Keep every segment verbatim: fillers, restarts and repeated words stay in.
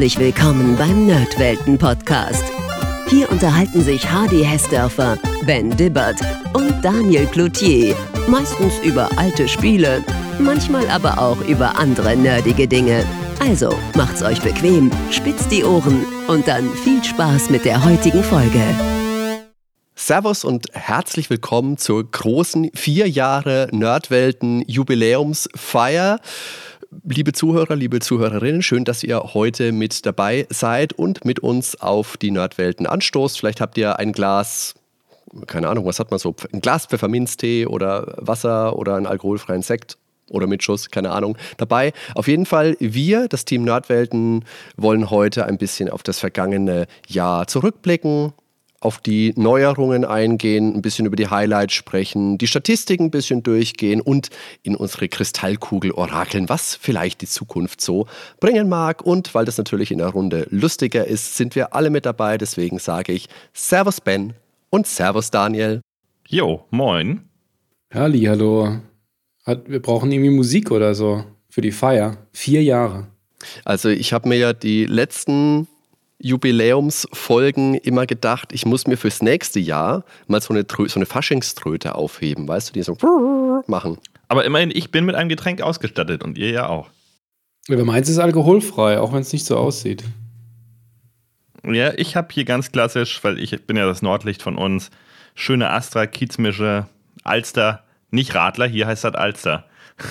Herzlich willkommen beim Nerdwelten-Podcast. Hier unterhalten sich Hardy Hessdörfer, Ben Dibbert und Daniel Cloutier. Meistens über alte Spiele, manchmal aber auch über andere nerdige Dinge. Also macht's euch bequem, spitzt die Ohren und dann viel Spaß mit der heutigen Folge. Servus und herzlich willkommen zur großen vier Jahre Nerdwelten Jubiläumsfeier. Liebe Zuhörer, liebe Zuhörerinnen, schön, dass ihr heute mit dabei seid und mit uns auf die Nerdwelten anstoßt. Vielleicht habt ihr ein Glas, keine Ahnung, was hat man so, ein Glas Pfefferminztee oder Wasser oder einen alkoholfreien Sekt oder mit Schuss, keine Ahnung, dabei. Auf jeden Fall, wir, das Team Nerdwelten, wollen heute ein bisschen auf das vergangene Jahr zurückblicken, auf die Neuerungen eingehen, ein bisschen über die Highlights sprechen, die Statistiken ein bisschen durchgehen und in unsere Kristallkugel orakeln, was vielleicht die Zukunft so bringen mag. Und weil das natürlich in der Runde lustiger ist, sind wir alle mit dabei. Deswegen sage ich Servus Ben und Servus Daniel. Jo, moin. Hallihallo. Hat, wir brauchen irgendwie Musik oder so für die Feier. Vier Jahre. Also ich habe mir ja die letzten Jubiläumsfolgen immer gedacht, ich muss mir fürs nächste Jahr mal so eine, so eine Faschingströte aufheben, weißt du, die so machen. Aber immerhin, ich bin mit einem Getränk ausgestattet und ihr ja auch. Aber meins ist alkoholfrei, auch wenn es nicht so aussieht. Ja, ich habe hier ganz klassisch, weil ich bin ja das Nordlicht von uns, schöne Astra, Kiezmische, Alster, nicht Radler, hier heißt das Alster.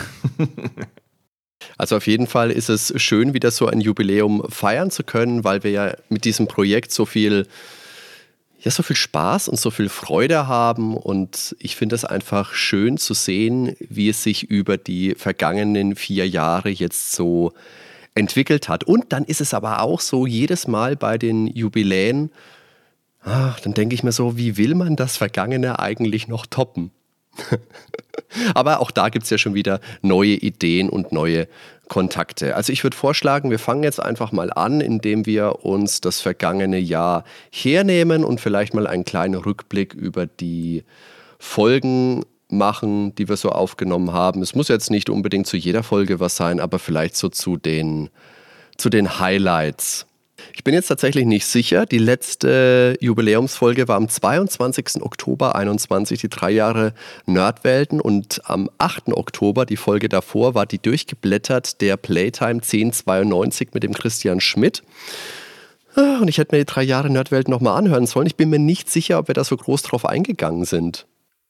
Also auf jeden Fall ist es schön, wieder so ein Jubiläum feiern zu können, weil wir ja mit diesem Projekt so viel, ja, so viel Spaß und so viel Freude haben. Und ich finde es einfach schön zu sehen, wie es sich über die vergangenen vier Jahre jetzt so entwickelt hat. Und dann ist es aber auch so, jedes Mal bei den Jubiläen, ach, dann denke ich mir so, wie will man das Vergangene eigentlich noch toppen? Aber auch da gibt es ja schon wieder neue Ideen und neue Kontakte. Also ich würde vorschlagen, wir fangen jetzt einfach mal an, indem wir uns das vergangene Jahr hernehmen und vielleicht mal einen kleinen Rückblick über die Folgen machen, die wir so aufgenommen haben. Es muss jetzt nicht unbedingt zu jeder Folge was sein, aber vielleicht so zu den, zu den Highlights. Ich bin jetzt tatsächlich nicht sicher. Die letzte Jubiläumsfolge war am zweiundzwanzigsten Oktober einundzwanzig, die drei Jahre Nerdwelten. Und am achten Oktober, die Folge davor, war die durchgeblättert, der Playtime zehn zweiundneunzig mit dem Christian Schmidt. Und ich hätte mir die drei Jahre Nerdwelten nochmal anhören sollen. Ich bin mir nicht sicher, ob wir da so groß drauf eingegangen sind.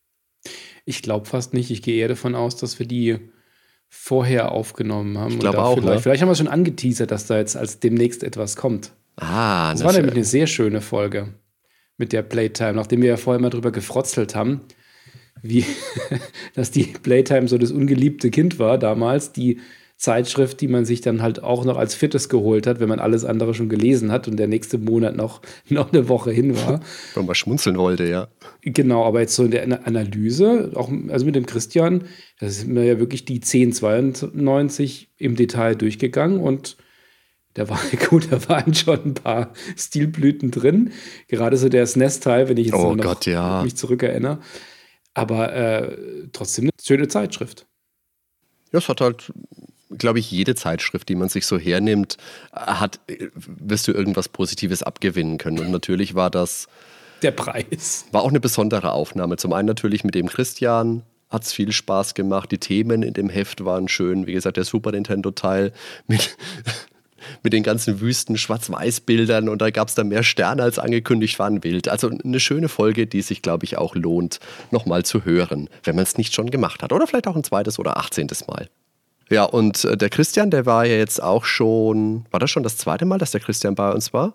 Ich glaube fast nicht. Ich gehe eher davon aus, dass wir die vorher aufgenommen haben. Ich glaube auch, vielleicht, ne? vielleicht haben wir schon angeteasert, dass da jetzt als demnächst etwas kommt. Ah, das war nämlich eine sehr schöne Folge mit der Playtime, nachdem wir ja vorher mal drüber gefrotzelt haben, wie dass die Playtime so das ungeliebte Kind war damals, die Zeitschrift, die man sich dann halt auch noch als viertes geholt hat, wenn man alles andere schon gelesen hat und der nächste Monat noch, noch eine Woche hin war. Wenn man schmunzeln wollte, ja. Genau, aber jetzt so in der Analyse, auch also mit dem Christian, da sind wir ja wirklich die zehn zweiundneunzig im Detail durchgegangen und da war gut, da waren schon ein paar Stilblüten drin. Gerade so der S N E S-Teil, wenn ich jetzt oh noch Gott, ja. mich zurückerinnere. Aber äh, trotzdem eine schöne Zeitschrift. Ja, es hat halt, glaube ich, jede Zeitschrift, die man sich so hernimmt, hat, wirst du irgendwas Positives abgewinnen können. Und natürlich war das der Preis. War auch eine besondere Aufnahme. Zum einen natürlich mit dem Christian hat es viel Spaß gemacht. Die Themen in dem Heft waren schön. Wie gesagt, der Super Nintendo-Teil mit, mit den ganzen wüsten Schwarz-Weiß-Bildern und da gab es dann mehr Sterne als angekündigt, waren wild. Also eine schöne Folge, die sich, glaube ich, auch lohnt, nochmal zu hören, wenn man es nicht schon gemacht hat. Oder vielleicht auch ein zweites oder achtzehntes Mal. Ja, und der Christian, der war ja jetzt auch schon, war das schon das zweite Mal, dass der Christian bei uns war?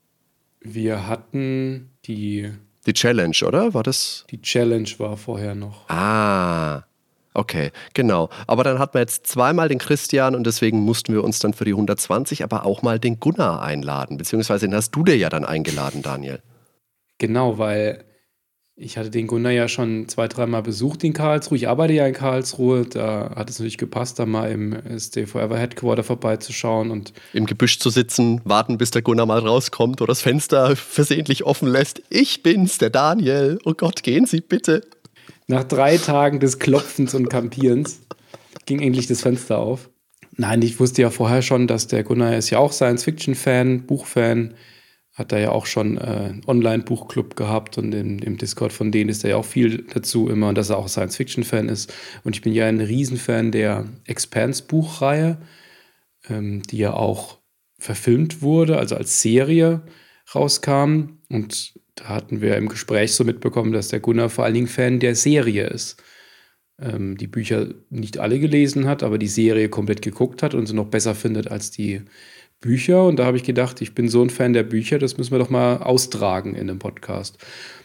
Wir hatten die... Die Challenge, oder? War das? Die Challenge war vorher noch. Ah, okay, genau. Aber dann hatten wir jetzt zweimal den Christian und deswegen mussten wir uns dann für die hundertzwanzig aber auch mal den Gunnar einladen. Beziehungsweise den hast du dir ja dann eingeladen, Daniel. Genau, weil ich hatte den Gunnar ja schon zwei, dreimal besucht in Karlsruhe. Ich arbeite ja in Karlsruhe. Da hat es natürlich gepasst, da mal im Stay Forever Headquarter vorbeizuschauen. Und im Gebüsch zu sitzen, warten, bis der Gunnar mal rauskommt oder das Fenster versehentlich offen lässt. Ich bin's, der Daniel. Oh Gott, gehen Sie bitte. Nach drei Tagen des Klopfens und Kampierens ging endlich das Fenster auf. Nein, ich wusste ja vorher schon, dass der Gunnar ist ja auch Science-Fiction-Fan, Buchfan. Hat da ja auch schon äh, einen Online-Buchclub gehabt und im, im Discord von denen ist er ja auch viel dazu immer, und dass er auch Science-Fiction-Fan ist. Und ich bin ja ein Riesenfan der Expanse-Buchreihe, ähm, die ja auch verfilmt wurde, also als Serie rauskam. Und da hatten wir im Gespräch so mitbekommen, dass der Gunnar vor allen Dingen Fan der Serie ist. Ähm, die Bücher nicht alle gelesen hat, aber die Serie komplett geguckt hat und sie noch besser findet als die Bücher. Und da habe ich gedacht, ich bin so ein Fan der Bücher, das müssen wir doch mal austragen in einem Podcast.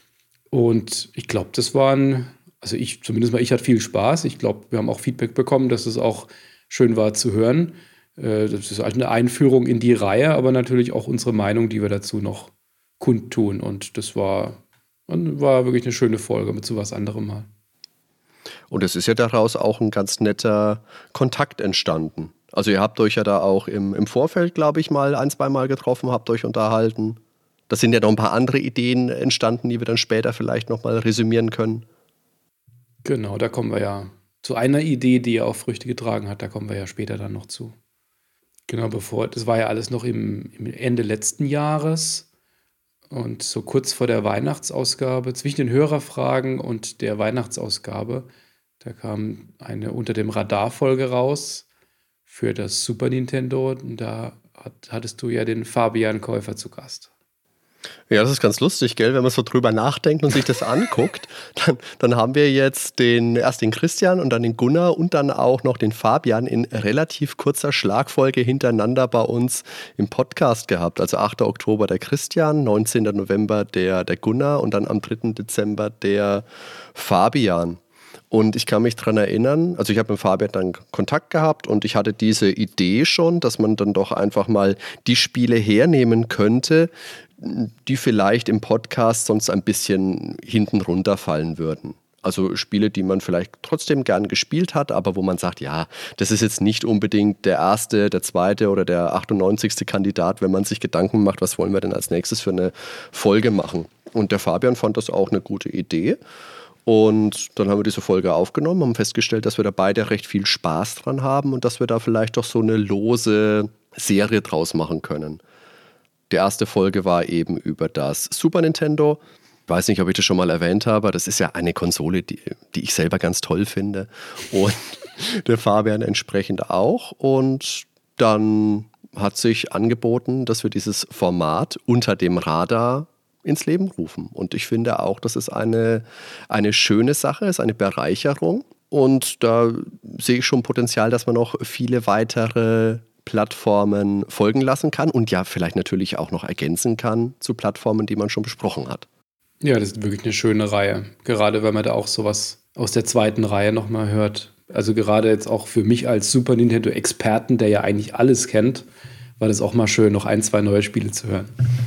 Und ich glaube, das waren, also ich, zumindest mal ich hatte viel Spaß. Ich glaube, wir haben auch Feedback bekommen, dass es auch schön war zu hören. Äh, das ist halt eine Einführung in die Reihe, aber natürlich auch unsere Meinung, die wir dazu noch kundtun. Und das war, war wirklich eine schöne Folge mit so was anderem mal. Und es ist ja daraus auch ein ganz netter Kontakt entstanden. Also ihr habt euch ja da auch im, im Vorfeld, glaube ich, mal ein, zwei Mal getroffen, habt euch unterhalten. Da sind ja noch ein paar andere Ideen entstanden, die wir dann später vielleicht nochmal resümieren können. Genau, da kommen wir ja zu einer Idee, die ja auch Früchte getragen hat. Da kommen wir ja später dann noch zu. Genau, bevor, das war ja alles noch im, im Ende letzten Jahres. Und so kurz vor der Weihnachtsausgabe, zwischen den Hörerfragen und der Weihnachtsausgabe, da kam eine Unter dem Radar-Folge raus für das Super Nintendo. Und da hat, hattest du ja den Fabian Käufer zu Gast. Ja, das ist ganz lustig, gell? Wenn man so drüber nachdenkt und sich das anguckt, dann, dann haben wir jetzt den, erst den Christian und dann den Gunnar und dann auch noch den Fabian in relativ kurzer Schlagfolge hintereinander bei uns im Podcast gehabt. Also achter Oktober der Christian, neunzehnter November der, der Gunnar und dann am dritten Dezember der Fabian. Und ich kann mich daran erinnern, also ich habe mit Fabian dann Kontakt gehabt und ich hatte diese Idee schon, dass man dann doch einfach mal die Spiele hernehmen könnte, die vielleicht im Podcast sonst ein bisschen hinten runterfallen würden. Also Spiele, die man vielleicht trotzdem gern gespielt hat, aber wo man sagt, ja, das ist jetzt nicht unbedingt der erste, der zweite oder der achtundneunzigste Kandidat, wenn man sich Gedanken macht, was wollen wir denn als nächstes für eine Folge machen. Und der Fabian fand das auch eine gute Idee. Und dann haben wir diese Folge aufgenommen, haben festgestellt, dass wir da beide recht viel Spaß dran haben und dass wir da vielleicht doch so eine lose Serie draus machen können. Die erste Folge war eben über das Super Nintendo. Ich weiß nicht, ob ich das schon mal erwähnt habe. Das ist ja eine Konsole, die, die ich selber ganz toll finde. Und der Fabian entsprechend auch. Und dann hat sich angeboten, dass wir dieses Format Unter dem Radar ins Leben rufen. Und ich finde auch, das ist eine, eine schöne Sache, ist eine Bereicherung. Und da sehe ich schon Potenzial, dass man noch viele weitere Plattformen folgen lassen kann und ja vielleicht natürlich auch noch ergänzen kann zu Plattformen, die man schon besprochen hat. Ja, das ist wirklich eine schöne Reihe. Gerade wenn man da auch sowas aus der zweiten Reihe nochmal hört. Also gerade jetzt auch für mich als Super Nintendo-Experten, der ja eigentlich alles kennt, war das auch mal schön, noch ein, zwei neue Spiele zu hören.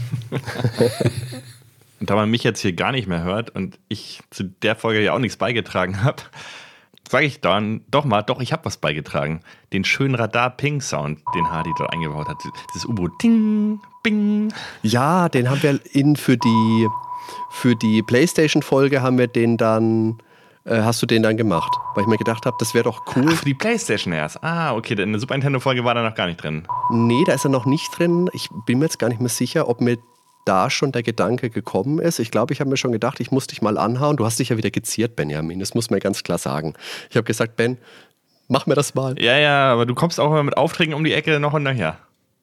Und da man mich jetzt hier gar nicht mehr hört und ich zu der Folge ja auch nichts beigetragen habe, sage ich dann doch mal, doch, ich habe was beigetragen. Den schönen Radar-Ping-Sound, den Hardy dort eingebaut hat. Dieses U-Boot, Ting, Bing. Ja, den haben wir in für die, für die PlayStation-Folge haben wir den dann, äh, hast du den dann gemacht? Weil ich mir gedacht habe, das wäre doch cool. Ach, für die PlayStation erst. Ah, okay, in der Super Nintendo-Folge war da noch gar nicht drin. Nee, da ist er noch nicht drin. Ich bin mir jetzt gar nicht mehr sicher, ob mir da schon der Gedanke gekommen ist. Ich glaube, ich habe mir schon gedacht, ich muss dich mal anhauen. Du hast dich ja wieder geziert, Benjamin. Das muss man ganz klar sagen. Ich habe gesagt, Ben, mach mir das mal. Ja, ja, aber du kommst auch immer mit Aufträgen um die Ecke noch und nachher.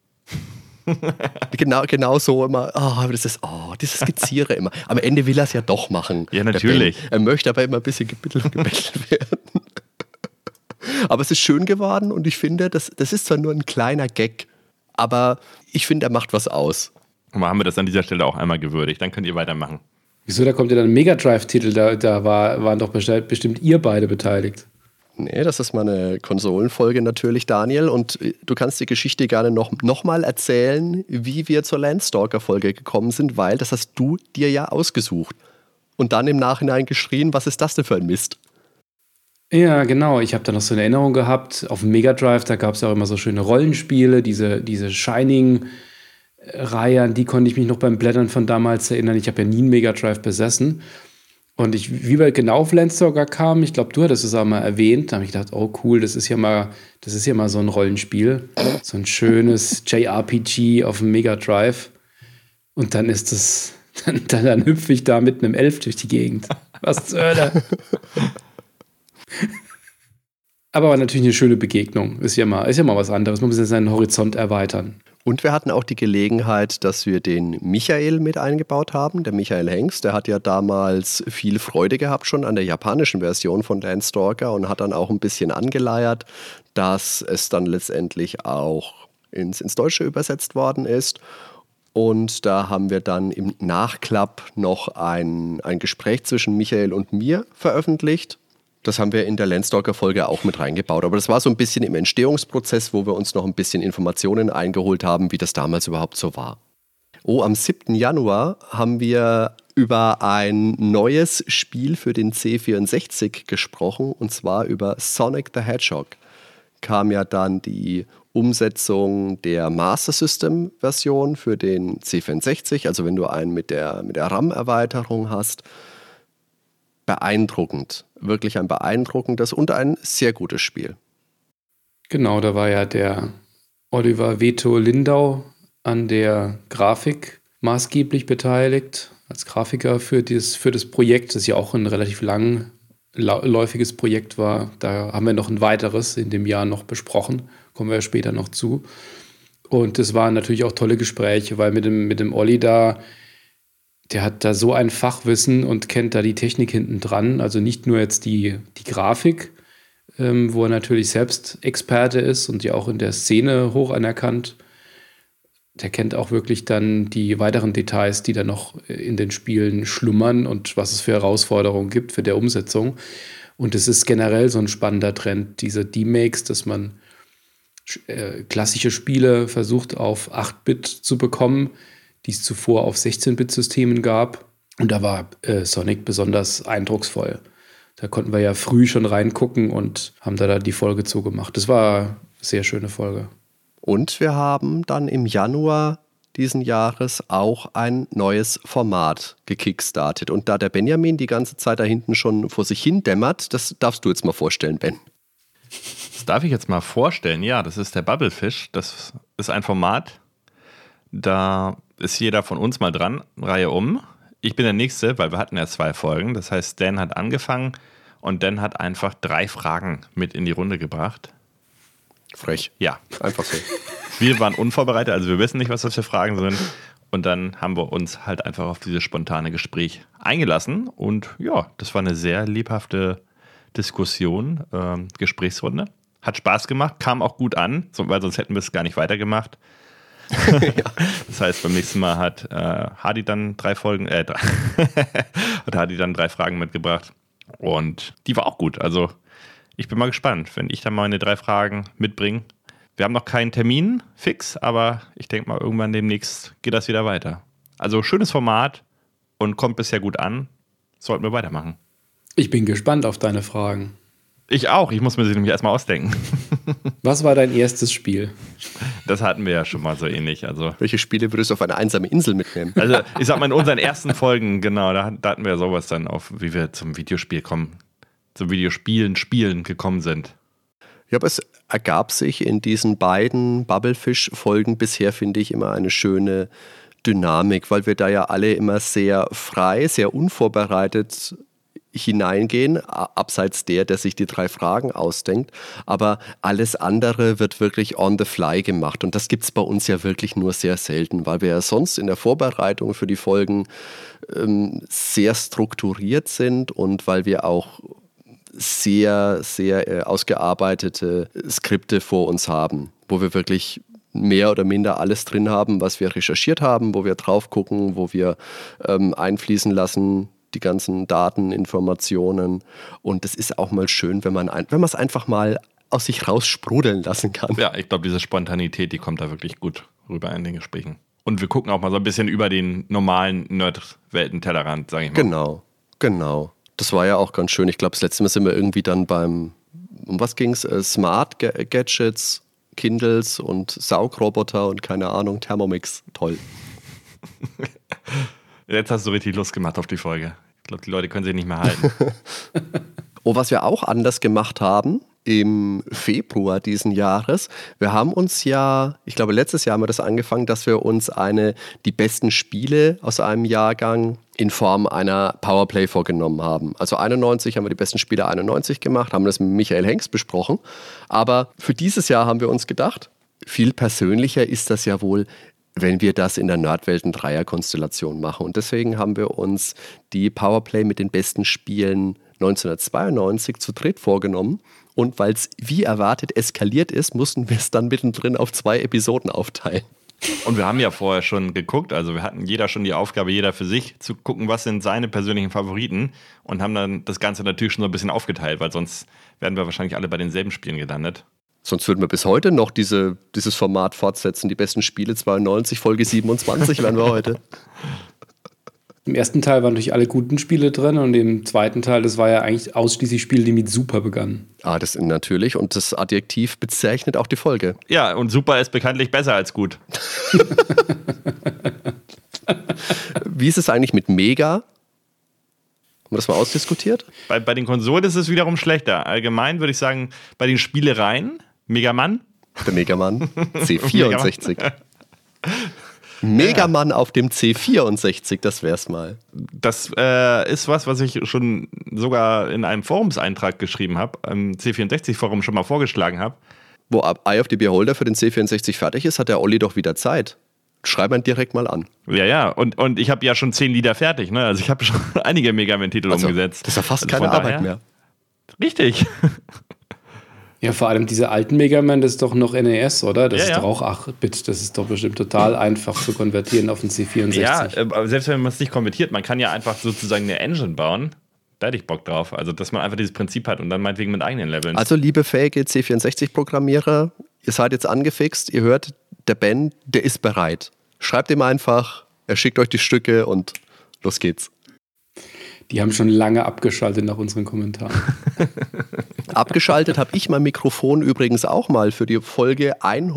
genau, genau so immer. Oh, das ist, oh, dieses Geziere immer. Am Ende will er es ja doch machen. Ja, natürlich. Er möchte aber immer ein bisschen gebettelt, gebettelt werden. Aber es ist schön geworden und ich finde, das, das ist zwar nur ein kleiner Gag, aber ich finde, er macht was aus. Und haben wir das an dieser Stelle auch einmal gewürdigt. Dann könnt ihr weitermachen. Wieso, da kommt ja dann ein Mega Drive-Titel, da, da war, waren doch bestimmt, bestimmt ihr beide beteiligt. Nee, das ist mal eine Konsolenfolge natürlich, Daniel. Und du kannst die Geschichte gerne noch, noch mal erzählen, wie wir zur Landstalker-Folge gekommen sind, weil das hast du dir ja ausgesucht. Und dann im Nachhinein geschrien, was ist das denn für ein Mist? Ja, genau. Ich habe da noch so eine Erinnerung gehabt. Auf dem Mega Drive, da gab es ja auch immer so schöne Rollenspiele, diese, diese Shining- Reihe, an die konnte ich mich noch beim Blättern von damals erinnern. Ich habe ja nie einen Mega Drive besessen. Und ich, wie wir genau auf Landstalker kamen, ich glaube, du hattest es auch mal erwähnt, da habe ich gedacht, oh cool, das ist ja mal, das ist ja mal so ein Rollenspiel, so ein schönes J R P G auf dem Mega Drive. Und dann ist das, dann, dann, dann hüpfe ich da mit einem Elf durch die Gegend. Was zur Hölle? Aber war natürlich eine schöne Begegnung. Ist ja mal, ist ja mal was anderes. Man muss ja seinen Horizont erweitern. Und wir hatten auch die Gelegenheit, dass wir den Michael mit eingebaut haben. Der Michael Hengst, der hat ja damals viel Freude gehabt schon an der japanischen Version von Landstalker und hat dann auch ein bisschen angeleiert, dass es dann letztendlich auch ins, ins Deutsche übersetzt worden ist. Und da haben wir dann im Nachklapp noch ein, ein Gespräch zwischen Michael und mir veröffentlicht. Das haben wir in der Landstalker-Folge auch mit reingebaut. Aber das war so ein bisschen im Entstehungsprozess, wo wir uns noch ein bisschen Informationen eingeholt haben, wie das damals überhaupt so war. Oh, am siebten Januar haben wir über ein neues Spiel für den C vierundsechzig gesprochen, und zwar über Sonic the Hedgehog. Kam ja dann die Umsetzung der Master System-Version für den C vierundsechzig, also wenn du einen mit der, mit der RAM-Erweiterung hast. Beeindruckend, wirklich ein beeindruckendes und ein sehr gutes Spiel. Genau, da war ja der Oliver Veto Lindau an der Grafik maßgeblich beteiligt, als Grafiker für das, für das Projekt, das ja auch ein relativ langläufiges Projekt war. Da haben wir noch ein weiteres in dem Jahr noch besprochen, kommen wir später noch zu. Und das waren natürlich auch tolle Gespräche, weil mit dem, mit dem Olli da, der hat da so ein Fachwissen und kennt da die Technik hinten dran. Also nicht nur jetzt die, die Grafik, ähm, wo er natürlich selbst Experte ist und ja auch in der Szene hoch anerkannt. Der kennt auch wirklich dann die weiteren Details, die da noch in den Spielen schlummern und was es für Herausforderungen gibt für die Umsetzung. Und es ist generell so ein spannender Trend, diese D-Makes, dass man äh, klassische Spiele versucht auf acht Bit zu bekommen, die es zuvor auf sechzehn Bit Systemen gab. Und da war äh, Sonic besonders eindrucksvoll. Da konnten wir ja früh schon reingucken und haben da, da die Folge zugemacht. Das war eine sehr schöne Folge. Und wir haben dann im Januar diesen Jahres auch ein neues Format gekickstartet. Und da der Benjamin die ganze Zeit da hinten schon vor sich hin dämmert, das darfst du jetzt mal vorstellen, Ben. Das darf ich jetzt mal vorstellen. Ja, das ist der Bubblefish. Das ist ein Format, da ist jeder von uns mal dran, Reihe um. Ich bin der Nächste, weil wir hatten ja zwei Folgen. Das heißt, Dan hat angefangen und Dan hat einfach drei Fragen mit in die Runde gebracht. Frech. Ja. Einfach so. Wir waren unvorbereitet, also wir wissen nicht, was das für Fragen sind. Und dann haben wir uns halt einfach auf dieses spontane Gespräch eingelassen. Und ja, das war eine sehr lebhafte Diskussion, ähm, Gesprächsrunde. Hat Spaß gemacht, kam auch gut an, weil sonst hätten wir es gar nicht weitergemacht. Ja. Das heißt, beim nächsten Mal hat äh, Hardy dann drei Folgen, äh, drei hat Hardy dann drei Fragen mitgebracht und die war auch gut. Also ich bin mal gespannt, wenn ich dann meine drei Fragen mitbringe. Wir haben noch keinen Termin fix, aber ich denke mal, irgendwann demnächst geht das wieder weiter. Also schönes Format und kommt bisher gut an. Sollten wir weitermachen. Ich bin gespannt auf deine Fragen. Ich auch. Ich muss mir sie nämlich erstmal ausdenken. Was war dein erstes Spiel? Das hatten wir ja schon mal so ähnlich. Also, welche Spiele würdest du auf eine einsame Insel mitnehmen? Also ich sag mal, in unseren ersten Folgen, genau, da, da hatten wir sowas dann auf, wie wir zum Videospiel kommen, zum Videospielen, Spielen gekommen sind. Ja, aber es ergab sich in diesen beiden Bubblefish-Folgen bisher, finde ich, immer eine schöne Dynamik, weil wir da ja alle immer sehr frei, sehr unvorbereitet hineingehen, abseits der, der sich die drei Fragen ausdenkt. Aber alles andere wird wirklich on the fly gemacht. Und das gibt es bei uns ja wirklich nur sehr selten, weil wir ja sonst in der Vorbereitung für die Folgen ähm, sehr strukturiert sind und weil wir auch sehr, sehr äh, ausgearbeitete Skripte vor uns haben, wo wir wirklich mehr oder minder alles drin haben, was wir recherchiert haben, wo wir drauf gucken, wo wir ähm, einfließen lassen, die ganzen Daten, Informationen. Und es ist auch mal schön, wenn man ein, wenn man es einfach mal aus sich raus sprudeln lassen kann. Ja, ich glaube, diese Spontanität, die kommt da wirklich gut rüber in den Gesprächen. Und wir gucken auch mal so ein bisschen über den normalen Nerd-Welten-Tellerrand, sage ich mal. Genau, genau. Das war ja auch ganz schön. Ich glaube, das letzte Mal sind wir irgendwie dann beim, um was ging's? Äh, Smart G- Gadgets, Kindles und Saugroboter und keine Ahnung, Thermomix. Toll. Jetzt hast du richtig Lust gemacht auf die Folge. Ich glaube, die Leute können sich nicht mehr halten. Oh, was wir auch anders gemacht haben im Februar diesen Jahres, wir haben uns ja, ich glaube letztes Jahr haben wir das angefangen, dass wir uns eine, die besten Spiele aus einem Jahrgang in Form einer Powerplay vorgenommen haben. Also einundneunzig haben wir die besten Spiele einundneunzig gemacht, haben das mit Michael Hengst besprochen. Aber für dieses Jahr haben wir uns gedacht, viel persönlicher ist das ja wohl, wenn wir das in der Nerdwelten-Dreier-Konstellation machen. Und deswegen haben wir uns die Powerplay mit den besten Spielen neunzehnhundertzweiundneunzig zu dritt vorgenommen. Und weil es wie erwartet eskaliert ist, mussten wir es dann mittendrin auf zwei Episoden aufteilen. Und wir haben ja vorher schon geguckt, also wir hatten jeder schon die Aufgabe, jeder für sich, zu gucken, was sind seine persönlichen Favoriten und haben dann das Ganze natürlich schon so ein bisschen aufgeteilt, weil sonst wären wir wahrscheinlich alle bei denselben Spielen gelandet. Sonst würden wir bis heute noch diese, dieses Format fortsetzen. Die besten Spiele zweiundneunzig, Folge siebenundzwanzig wären wir heute. Im ersten Teil waren natürlich alle guten Spiele drin und im zweiten Teil, das war ja eigentlich ausschließlich Spiele, die mit Super begannen. Ah, das natürlich. Und das Adjektiv bezeichnet auch die Folge. Ja, und Super ist bekanntlich besser als gut. Wie ist es eigentlich mit Mega? Haben wir das mal ausdiskutiert? Bei, bei den Konsolen ist es wiederum schlechter. Allgemein würde ich sagen, bei den Spielereien, Mega Man. Der Mega Man C vierundsechzig. Mega Man auf dem C vierundsechzig, das wär's mal. Das äh, ist was, was ich schon sogar in einem Forumseintrag geschrieben habe, im C vierundsechzig-Forum schon mal vorgeschlagen habe. Wo Eye of the Beholder für den C vierundsechzig fertig ist, hat der Olli doch wieder Zeit. Schreib ihn direkt mal an. Ja, ja, und, und ich habe ja schon zehn Lieder fertig, ne? Also ich habe schon einige Mega Man-Titel also, umgesetzt. Das ist ja fast also keine Arbeit daher, mehr. Richtig. Ja, vor allem diese alten Mega Man, das ist doch noch N E S, oder? Das ja, ist ja. doch auch acht Bit. Das ist doch bestimmt total einfach zu konvertieren auf den C vierundsechzig. Ja, aber selbst wenn man es nicht konvertiert, man kann ja einfach sozusagen eine Engine bauen. Da hätte ich Bock drauf. Also, dass man einfach dieses Prinzip hat und dann meinetwegen mit eigenen Leveln. Also, liebe fähige C vierundsechzig-Programmierer, ihr seid jetzt angefixt, ihr hört, der Ben, der ist bereit. Schreibt ihm einfach, er schickt euch die Stücke und los geht's. Die haben schon lange abgeschaltet nach unseren Kommentaren. Abgeschaltet habe ich mein Mikrofon übrigens auch mal für die Folge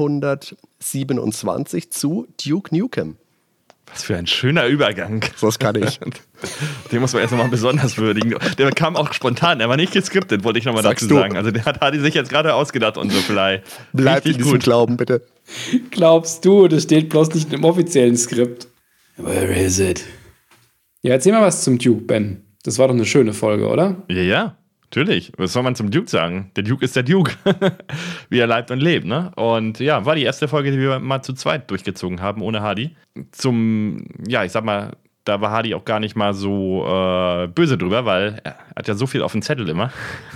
hundertsiebenundzwanzig zu Duke Nukem. Was für ein schöner Übergang. Das kann ich. Den muss man erst nochmal besonders würdigen. Der kam auch spontan, der war nicht geskriptet, wollte ich nochmal dazu du? sagen. Also der hat Hadi sich jetzt gerade ausgedacht und so vielleicht. Bleib in diesem gut. Glauben, bitte. Glaubst du, das steht bloß nicht im offiziellen Skript. Where is it? Ja, erzähl mal was zum Duke, Ben. Das war doch eine schöne Folge, oder? Ja, ja, natürlich. Was soll man zum Duke sagen? Der Duke ist der Duke. Wie er leibt und lebt, ne? Und ja, war die erste Folge, die wir mal zu zweit durchgezogen haben, ohne Hadi. Zum, ja, ich sag mal, da war Hadi auch gar nicht mal so äh, böse drüber, weil er hat ja so viel auf dem Zettel immer.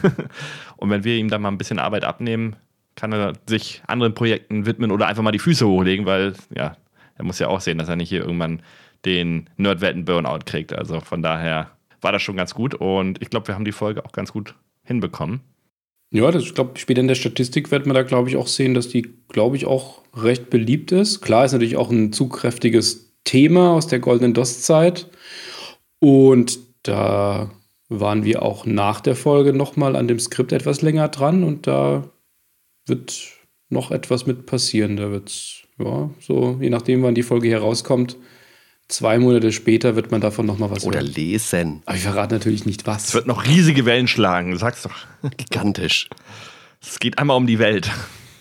Und wenn wir ihm dann mal ein bisschen Arbeit abnehmen, kann er sich anderen Projekten widmen oder einfach mal die Füße hochlegen, weil, ja, er muss ja auch sehen, dass er nicht hier irgendwann den Nerdwetten-Burnout kriegt. Also von daher war das schon ganz gut und ich glaube, wir haben die Folge auch ganz gut hinbekommen. Ja, das, ich glaube, später in der Statistik wird man da, glaube ich, auch sehen, dass die, glaube ich, auch recht beliebt ist. Klar ist natürlich auch ein zugkräftiges Thema aus der Goldenen DOS-Zeit und da waren wir auch nach der Folge nochmal an dem Skript etwas länger dran und da wird noch etwas mit passieren. Da wird es, ja, so, je nachdem, wann die Folge hier rauskommt, zwei Monate später wird man davon nochmal was Oder hören. lesen. Aber ich verrate natürlich nicht was. Es wird noch riesige Wellen schlagen, sag's doch. Gigantisch. Es geht einmal um die Welt.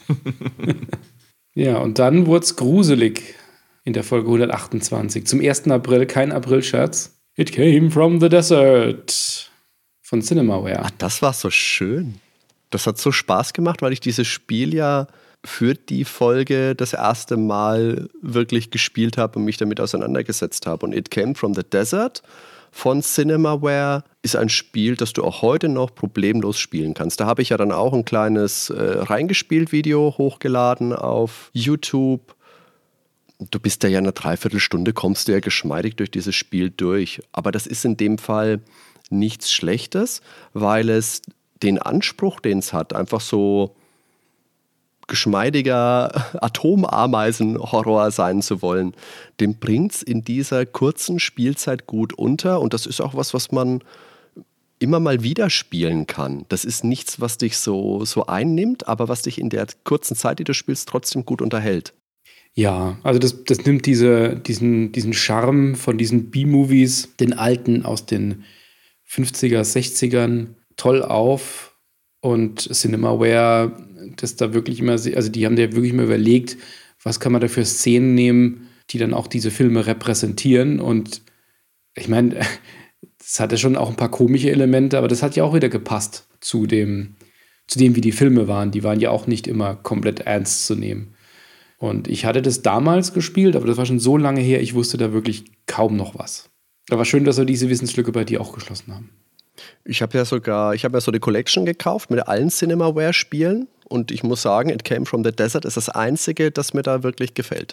Ja, und dann wurde es gruselig in der Folge hundertachtundzwanzig. Zum ersten April, kein April-Scherz. It came from the desert von Cinemaware. Ach, das war so schön. Das hat so Spaß gemacht, weil ich dieses Spiel ja für die Folge das erste Mal wirklich gespielt habe und mich damit auseinandergesetzt habe. Und It Came from the Desert von Cinemaware ist ein Spiel, das du auch heute noch problemlos spielen kannst. Da habe ich ja dann auch ein kleines äh, Reingespielt-Video hochgeladen auf YouTube. Du bist ja in einer Dreiviertelstunde, kommst du ja geschmeidig durch dieses Spiel durch. Aber das ist in dem Fall nichts Schlechtes, weil es den Anspruch, den es hat, einfach so geschmeidiger Atomameisen-Horror sein zu wollen, den bringt es in dieser kurzen Spielzeit gut unter. Und das ist auch was, was man immer mal wieder spielen kann. Das ist nichts, was dich so, so einnimmt, aber was dich in der kurzen Zeit, die du spielst, trotzdem gut unterhält. Ja, also das, das nimmt diese, diesen, diesen Charme von diesen B-Movies, den alten aus den fünfziger, sechzigern, toll auf. Und Cinemaware, das da wirklich immer, also die haben da wirklich mal überlegt, was kann man da für Szenen nehmen, die dann auch diese Filme repräsentieren. Und ich meine, das hatte schon auch ein paar komische Elemente, aber das hat ja auch wieder gepasst zu dem, zu dem, wie die Filme waren. Die waren ja auch nicht immer komplett ernst zu nehmen. Und ich hatte das damals gespielt, aber das war schon so lange her, ich wusste da wirklich kaum noch was. Aber schön, dass wir diese Wissenslücke bei dir auch geschlossen haben. Ich habe ja sogar, ich habe ja so eine Collection gekauft mit allen Cinemaware-Spielen und ich muss sagen, It Came From The Desert ist das einzige, das mir da wirklich gefällt.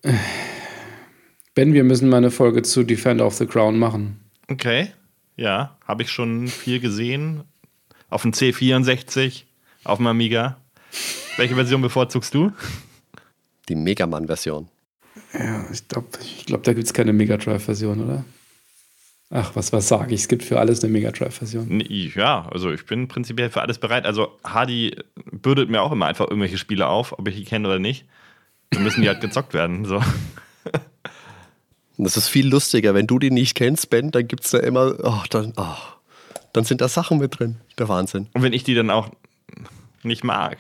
Ben, wir müssen mal eine Folge zu Defender of the Crown machen. Okay, ja, habe ich schon viel gesehen. Auf dem C vierundsechzig, auf dem Amiga. Welche Version bevorzugst du? Die Mega Man-Version. Ja, ich glaube, ich glaub, da gibt es keine Mega Drive-Version, oder? Ach, was, was sage ich? Es gibt für alles eine Mega Drive-Version. Ja, also ich bin prinzipiell für alles bereit. Also Hardy bürdet mir auch immer einfach irgendwelche Spiele auf, ob ich die kenne oder nicht. Dann müssen die halt gezockt werden. So. Das ist viel lustiger. Wenn du die nicht kennst, Ben, dann gibt es da immer, oh, dann, oh, dann sind da Sachen mit drin. Der Wahnsinn. Und wenn ich die dann auch nicht mag.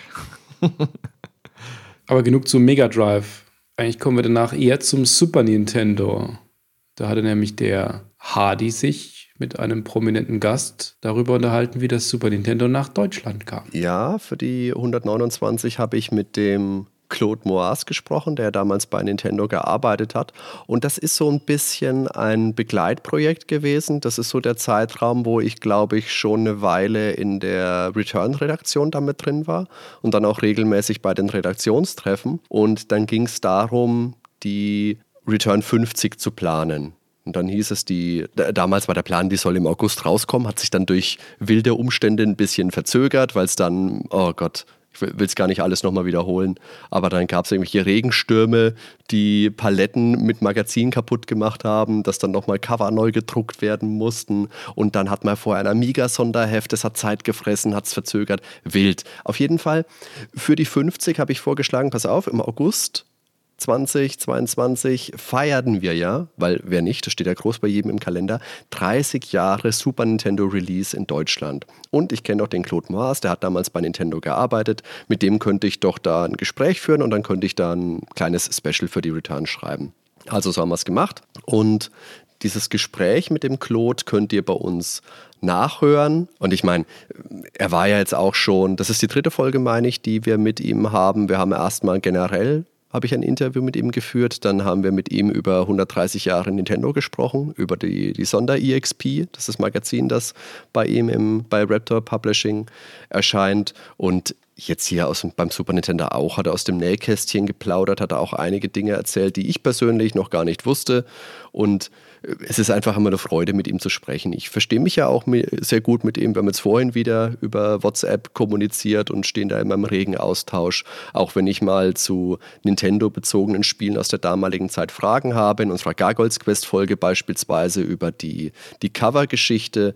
Aber genug zum Mega Drive. Eigentlich kommen wir danach eher zum Super Nintendo. Da hatte nämlich der Hardy sich mit einem prominenten Gast darüber unterhalten, wie das Super Nintendo nach Deutschland kam. Ja, für die hundertneunundzwanzig habe ich mit dem Claude Moaz gesprochen, der damals bei Nintendo gearbeitet hat. Und das ist so ein bisschen ein Begleitprojekt gewesen. Das ist so der Zeitraum, wo ich, glaube ich, schon eine Weile in der Return-Redaktion damit drin war und dann auch regelmäßig bei den Redaktionstreffen. Und dann ging es darum, die Return fünfzig zu planen. Und dann hieß es, die, damals war der Plan, die soll im August rauskommen, hat sich dann durch wilde Umstände ein bisschen verzögert, weil es dann, oh Gott, ich will es gar nicht alles nochmal wiederholen, aber dann gab es irgendwelche Regenstürme, die Paletten mit Magazin kaputt gemacht haben, dass dann nochmal Cover neu gedruckt werden mussten und dann hat man vorher ein Amiga-Sonderheft, das hat Zeit gefressen, hat es verzögert, wild. Auf jeden Fall, für die fünfzig habe ich vorgeschlagen, pass auf, im August zwanzig zweiundzwanzig feierten wir ja, weil wer nicht, das steht ja groß bei jedem im Kalender, dreißig Jahre Super Nintendo Release in Deutschland. Und ich kenne auch den Claude Moaz, der hat damals bei Nintendo gearbeitet. Mit dem könnte ich doch da ein Gespräch führen und dann könnte ich da ein kleines Special für die Return schreiben. Also so haben wir es gemacht. Und dieses Gespräch mit dem Claude könnt ihr bei uns nachhören. Und ich meine, er war ja jetzt auch schon, das ist die dritte Folge, meine ich, die wir mit ihm haben. Wir haben erstmal generell habe ich ein Interview mit ihm geführt. Dann haben wir mit ihm über hundertdreißig Jahre Nintendo gesprochen, über die, die Sonder-E X P, das ist das Magazin, das bei ihm im, bei Raptor Publishing erscheint. Und jetzt hier aus, beim Super Nintendo auch, hat er aus dem Nähkästchen geplaudert, hat er auch einige Dinge erzählt, die ich persönlich noch gar nicht wusste. Und es ist einfach immer eine Freude, mit ihm zu sprechen. Ich verstehe mich ja auch sehr gut mit ihm. Wir haben jetzt vorhin wieder über WhatsApp kommuniziert und stehen da immer im regen Austausch. Auch wenn ich mal zu Nintendo-bezogenen Spielen aus der damaligen Zeit Fragen habe. In unserer Gargoyles Quest-Folge beispielsweise über die, die Cover-Geschichte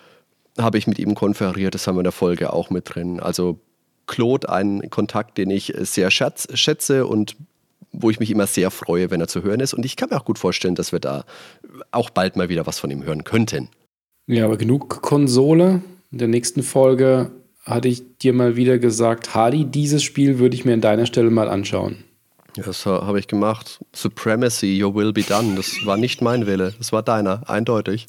habe ich mit ihm konferiert. Das haben wir in der Folge auch mit drin. Also Claude, ein Kontakt, den ich sehr schätz, schätze und wo ich mich immer sehr freue, wenn er zu hören ist. Und ich kann mir auch gut vorstellen, dass wir da auch bald mal wieder was von ihm hören könnten. Ja, aber genug Konsole. In der nächsten Folge hatte ich dir mal wieder gesagt, Hardy, dieses Spiel würde ich mir an deiner Stelle mal anschauen. Ja, das habe ich gemacht. Supremacy, your will be done. Das war nicht mein Wille, das war deiner, eindeutig.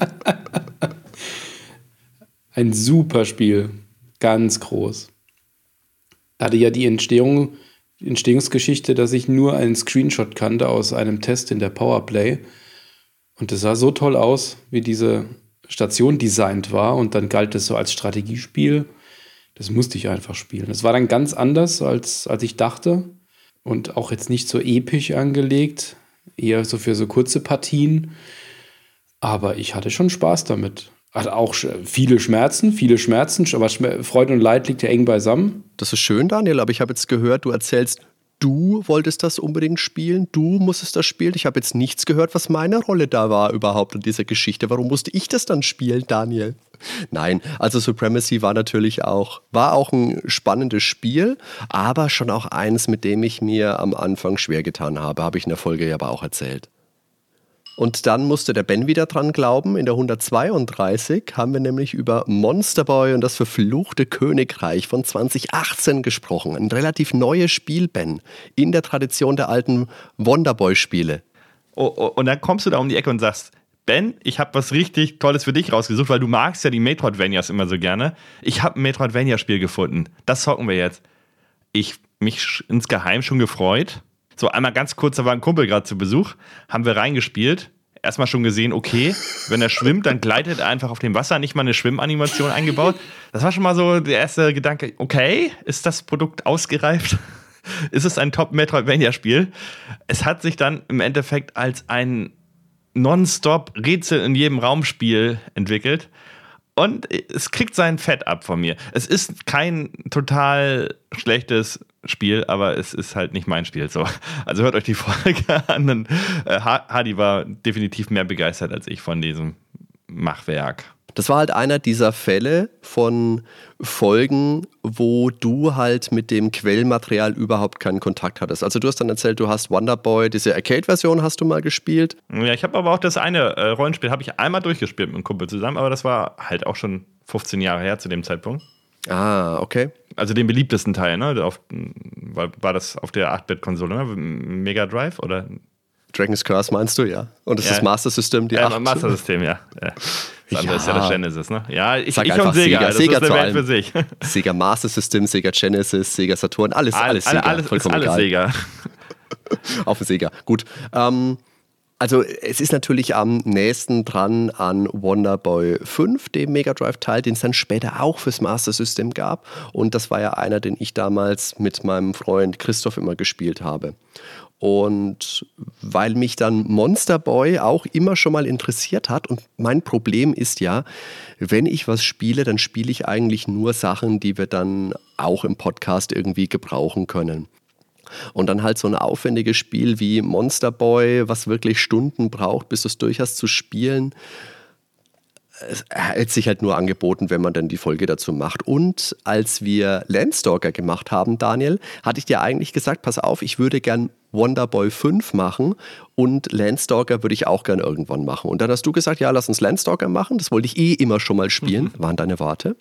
Ein super Spiel, ganz groß. Hatte ja die Entstehung Entstehungsgeschichte, dass ich nur einen Screenshot kannte aus einem Test in der Powerplay. Und das sah so toll aus, wie diese Station designt war. Und dann galt es so als Strategiespiel. Das musste ich einfach spielen. Das war dann ganz anders, als, als ich dachte. Und auch jetzt nicht so episch angelegt. Eher so für so kurze Partien. Aber ich hatte schon Spaß damit. Hat auch viele Schmerzen, viele Schmerzen, aber Freude und Leid liegt ja eng beisammen. Das ist schön, Daniel, aber ich habe jetzt gehört, du erzählst du wolltest das unbedingt spielen, du musstest das spielen. Ich habe jetzt nichts gehört, was meine Rolle da war überhaupt in dieser Geschichte. Warum musste ich das dann spielen, Daniel? Nein, also Supremacy war natürlich auch, war auch ein spannendes Spiel, aber schon auch eins, mit dem ich mir am Anfang schwer getan habe, habe ich in der Folge ja aber auch erzählt. Und dann musste der Ben wieder dran glauben. In der hundertzweiunddreißig haben wir nämlich über Monster Boy und das verfluchte Königreich von zwanzig achtzehn gesprochen. Ein relativ neues Spiel, Ben, in der Tradition der alten Wonderboy-Spiele. Oh, oh, und dann kommst du da um die Ecke und sagst, Ben, ich habe was richtig Tolles für dich rausgesucht, weil du magst ja die Metroidvanias immer so gerne. Ich habe ein Metroidvania-Spiel gefunden. Das zocken wir jetzt. Ich mich insgeheim schon gefreut. So, einmal ganz kurz, da war ein Kumpel gerade zu Besuch, haben wir reingespielt, erstmal schon gesehen, okay, wenn er schwimmt, dann gleitet er einfach auf dem Wasser, nicht mal eine Schwimmanimation eingebaut. Das war schon mal so der erste Gedanke, okay, ist das Produkt ausgereift? Ist es ein Top-Metroidvania-Spiel? Es hat sich dann im Endeffekt als ein Nonstop-Rätsel in jedem Raumspiel entwickelt. Und es kriegt sein Fett ab von mir. Es ist kein total schlechtes Spiel, aber es ist halt nicht mein Spiel. So. Also hört euch die Folge an. Und, äh, Hardy war definitiv mehr begeistert als ich von diesem Machwerk. Das war halt einer dieser Fälle von Folgen, wo du halt mit dem Quellmaterial überhaupt keinen Kontakt hattest. Also du hast dann erzählt, du hast Wonderboy, diese Arcade-Version hast du mal gespielt. Ja, ich habe aber auch das eine äh, Rollenspiel, habe ich einmal durchgespielt mit einem Kumpel zusammen, aber das war halt auch schon fünfzehn Jahre her zu dem Zeitpunkt. Ah, okay. Also den beliebtesten Teil, ne? Auf, war, war das auf der acht-Bit-Konsole, ne? Mega Drive oder? Dragon's Curse meinst du, ja. Und das ja. ist das Master System, die ja, acht. Master System, ja. ja. Das andere ja. ist ja das Genesis, ne? Ja, ich, Sag ich und Sega, Sega. das Sega ist eine Welt für sich. Sega Master System, Sega Genesis, Sega Saturn, alles, All, alles alle, Sega. alles, vollkommen ist alles egal. Sega. Auf dem Sega, gut. Ähm, also es ist natürlich am nächsten dran an Wonderboy fünf, dem Mega Drive-Teil, den es dann später auch fürs Master System gab. Und das war ja einer, den ich damals mit meinem Freund Christoph immer gespielt habe. Und weil mich dann Monster Boy auch immer schon mal interessiert hat und mein Problem ist ja, wenn ich was spiele, dann spiele ich eigentlich nur Sachen, die wir dann auch im Podcast irgendwie gebrauchen können. Und dann halt so ein aufwendiges Spiel wie Monster Boy, was wirklich Stunden braucht, bis du es durch hast zu spielen, es hätte sich halt nur angeboten, wenn man dann die Folge dazu macht. Und als wir Landstalker gemacht haben, Daniel, hatte ich dir eigentlich gesagt, pass auf, ich würde gern Wonderboy fünf machen und Landstalker würde ich auch gern irgendwann machen. Und dann hast du gesagt, ja, lass uns Landstalker machen. Das wollte ich eh immer schon mal spielen, mhm. waren deine Worte.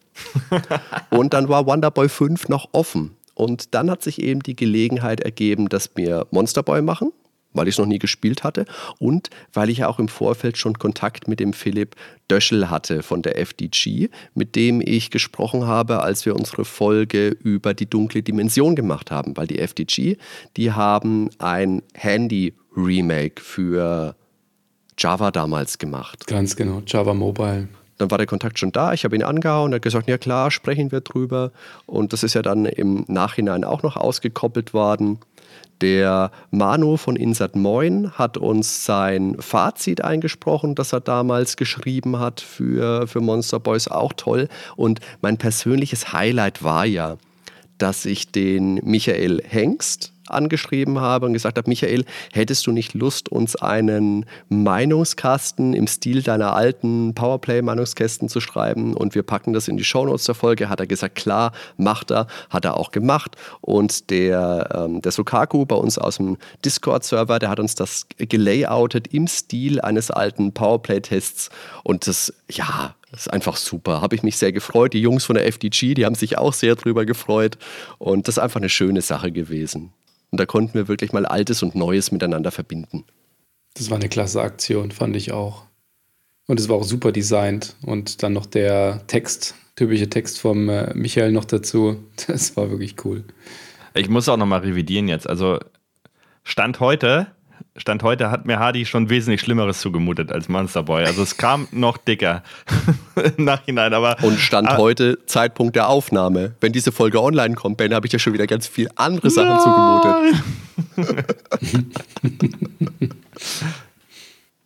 Und dann war Wonderboy fünf noch offen. Und dann hat sich eben die Gelegenheit ergeben, dass wir Monster Boy machen, weil ich es noch nie gespielt hatte und weil ich ja auch im Vorfeld schon Kontakt mit dem Philipp Döschel hatte von der F D G, mit dem ich gesprochen habe, als wir unsere Folge über die dunkle Dimension gemacht haben, weil die F D G, die haben ein Handy-Remake für Java damals gemacht. Ganz genau, Java Mobile. Dann war der Kontakt schon da, ich habe ihn angehauen, er hat gesagt, ja klar, sprechen wir drüber. Und das ist ja dann im Nachhinein auch noch ausgekoppelt worden. Der Manu von Insert Moin hat uns sein Fazit eingesprochen, das er damals geschrieben hat für, für Monster Boys, auch toll. Und mein persönliches Highlight war ja, dass ich den Michael Hengst angeschrieben habe und gesagt habe, Michael, hättest du nicht Lust, uns einen Meinungskasten im Stil deiner alten Powerplay-Meinungskästen zu schreiben und wir packen das in die Shownotes der Folge? Hat er gesagt, klar, macht er, hat er auch gemacht. Und der, ähm, der Sokaku bei uns aus dem Discord-Server, der hat uns das gelayoutet im Stil eines alten Powerplay-Tests und das, ja, das ist einfach super. Habe ich mich sehr gefreut. Die Jungs von der F D G, die haben sich auch sehr drüber gefreut und das ist einfach eine schöne Sache gewesen. Und da konnten wir wirklich mal Altes und Neues miteinander verbinden. Das war eine klasse Aktion, fand ich auch. Und es war auch super designt. Und dann noch der Text, typische Text vom äh, Michael noch dazu. Das war wirklich cool. Ich muss auch nochmal revidieren jetzt. Also Stand heute, Stand heute hat mir Hardy schon wesentlich Schlimmeres zugemutet als Monster Boy. Also es kam noch dicker im Nachhinein. Aber, und Stand ah, heute, Zeitpunkt der Aufnahme. Wenn diese Folge online kommt, Ben, habe ich ja schon wieder ganz viel andere Sachen zugemutet.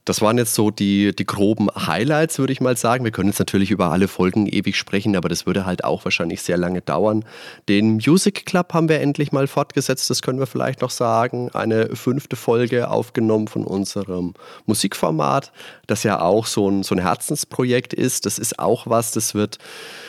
Das waren jetzt so die, die groben Highlights, würde ich mal sagen. Wir können jetzt natürlich über alle Folgen ewig sprechen, aber das würde halt auch wahrscheinlich sehr lange dauern. Den Music Club haben wir endlich mal fortgesetzt, das können wir vielleicht noch sagen. Eine fünfte Folge aufgenommen von unserem Musikformat, das ja auch so ein, so ein Herzensprojekt ist. Das ist auch was, das wird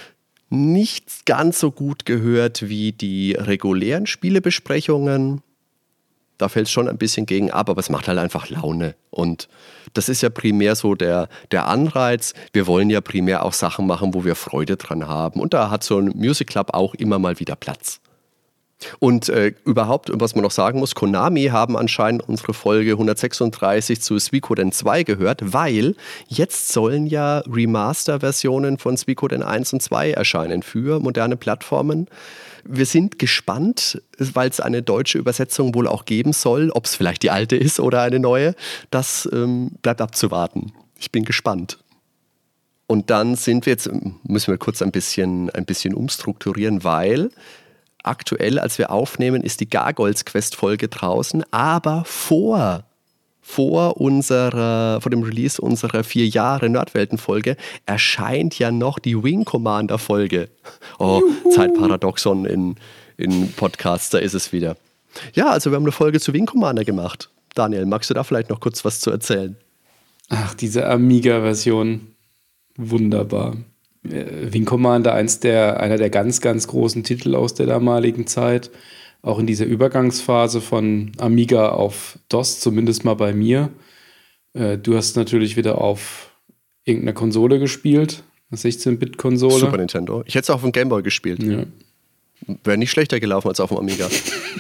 nicht ganz so gut gehört wie die regulären Spielebesprechungen. Da fällt es schon ein bisschen gegen ab, aber es macht halt einfach Laune. Und das ist ja primär so der, der Anreiz. Wir wollen ja primär auch Sachen machen, wo wir Freude dran haben. Und da hat so ein Music Club auch immer mal wieder Platz. Und äh, überhaupt, was man noch sagen muss, Konami haben anscheinend unsere Folge hundertsechsunddreißig zu Suikoden zwei gehört, weil jetzt sollen ja Remaster-Versionen von Suikoden eins und zwei erscheinen für moderne Plattformen. Wir sind gespannt, weil es eine deutsche Übersetzung wohl auch geben soll. Ob es vielleicht die alte ist oder eine neue, das ähm, bleibt abzuwarten. Ich bin gespannt. Und dann sind wir jetzt, müssen wir kurz ein bisschen, ein bisschen umstrukturieren, weil aktuell, als wir aufnehmen, ist die Gargoyles-Quest-Folge draußen, aber vor, vor, unserer, vor dem Release unserer vier Jahre Nerdwelten-Folge erscheint ja noch die Wing Commander-Folge. Oh, Juhu. Zeitparadoxon in, in Podcasts, da ist es wieder. Ja, also wir haben eine Folge zu Wing Commander gemacht. Daniel, magst du da vielleicht noch kurz was zu erzählen? Ach, diese Amiga-Version, wunderbar. Wing Commander, eins der, einer der ganz, ganz großen Titel aus der damaligen Zeit. Auch in dieser Übergangsphase von Amiga auf DOS, zumindest mal bei mir. Äh, du hast natürlich wieder auf irgendeiner Konsole gespielt, eine sechzehn-Bit-Konsole. Super Nintendo. Ich hätte es auch auf dem Gameboy gespielt. Ja. Wäre nicht schlechter gelaufen als auf dem Amiga.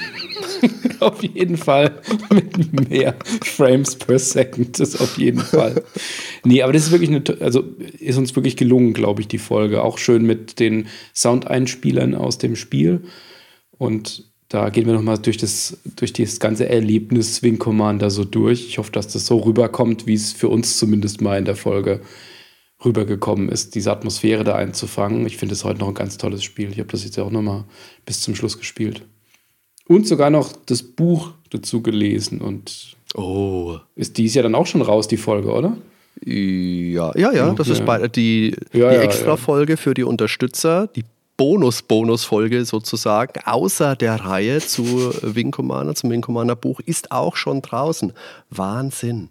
Auf jeden Fall mit mehr Frames per Second, das auf jeden Fall. Nee, aber das ist wirklich eine, also ist uns wirklich gelungen, glaube ich, die Folge. Auch schön mit den Soundeinspielern aus dem Spiel. Und da gehen wir nochmal durch das, durch das ganze Erlebnis Wing Commander so durch. Ich hoffe, dass das so rüberkommt, wie es für uns zumindest mal in der Folge rübergekommen ist, diese Atmosphäre da einzufangen. Ich finde es heute noch ein ganz tolles Spiel. Ich habe das jetzt ja auch nochmal bis zum Schluss gespielt. Und sogar noch das Buch dazu gelesen. Und oh. Ist dies ja dann auch schon raus, die Folge, oder? Ja, ja, ja. Das ja. ist bei, die, ja, die ja, Extra-Folge ja. für die Unterstützer, die Bonus-Bonus-Folge sozusagen, außer der Reihe zu Wing Commander, zum Wing Commander Buch, ist auch schon draußen. Wahnsinn.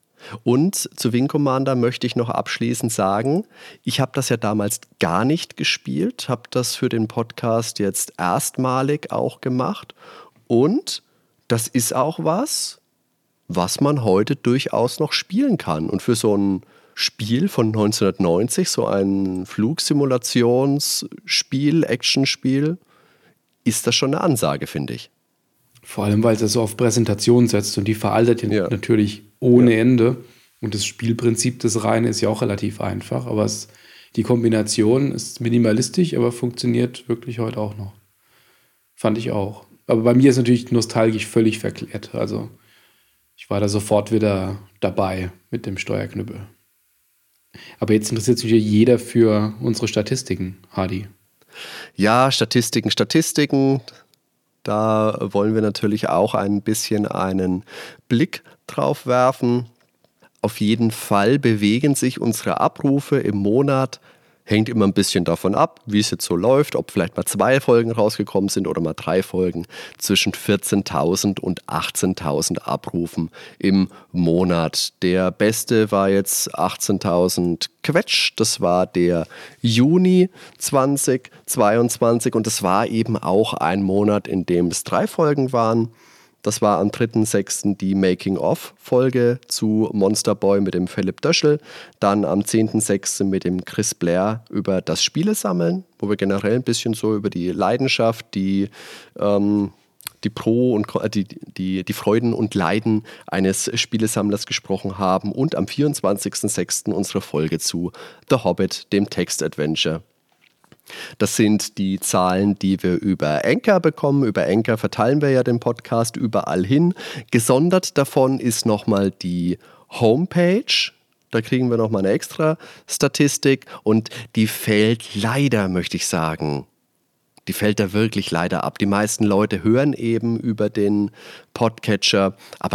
Und zu Wing Commander möchte ich noch abschließend sagen, ich habe das ja damals gar nicht gespielt, habe das für den Podcast jetzt erstmalig auch gemacht und das ist auch was, was man heute durchaus noch spielen kann. Und für so ein Spiel von neunzehnhundertneunzig, so ein Flugsimulationsspiel, Actionspiel, ist das schon eine Ansage, finde ich. Vor allem, weil es so auf Präsentation setzt und die veraltet ja natürlich ohne ja. Ende. Und das Spielprinzip des Reine ist ja auch relativ einfach, aber es, die Kombination ist minimalistisch, aber funktioniert wirklich heute auch noch. Fand ich auch. Aber bei mir ist natürlich nostalgisch völlig verklärt. Also ich war da sofort wieder dabei mit dem Steuerknüppel. Aber jetzt interessiert sich ja jeder für unsere Statistiken, Hardy. Ja, Statistiken, Statistiken. Da wollen wir natürlich auch ein bisschen einen Blick drauf werfen. Auf jeden Fall bewegen sich unsere Abrufe im Monat, hängt immer ein bisschen davon ab, wie es jetzt so läuft, ob vielleicht mal zwei Folgen rausgekommen sind oder mal drei Folgen, zwischen vierzehntausend und achtzehntausend Abrufen im Monat. Der beste war jetzt achtzehntausend Quetsch, das war der Juni zweitausendzweiundzwanzig und das war eben auch ein Monat, in dem es drei Folgen waren. Das war am dritten sechsten die Making-of-Folge zu Monster Boy mit dem Philipp Döschel. Dann am zehnten sechsten mit dem Chris Blair über das Spielesammeln, wo wir generell ein bisschen so über die Leidenschaft, die, ähm, die Pro- und die, die, die Freuden und Leiden eines Spielesammlers gesprochen haben. Und am vierundzwanzigsten sechsten unsere Folge zu The Hobbit, dem Text-Adventure. Das sind die Zahlen, die wir über Anchor bekommen. Über Anchor verteilen wir ja den Podcast überall hin. Gesondert davon ist nochmal die Homepage. Da kriegen wir nochmal eine extra Statistik und die fällt leider, möchte ich sagen, die fällt da wirklich leider ab. Die meisten Leute hören eben über den Podcatcher, aber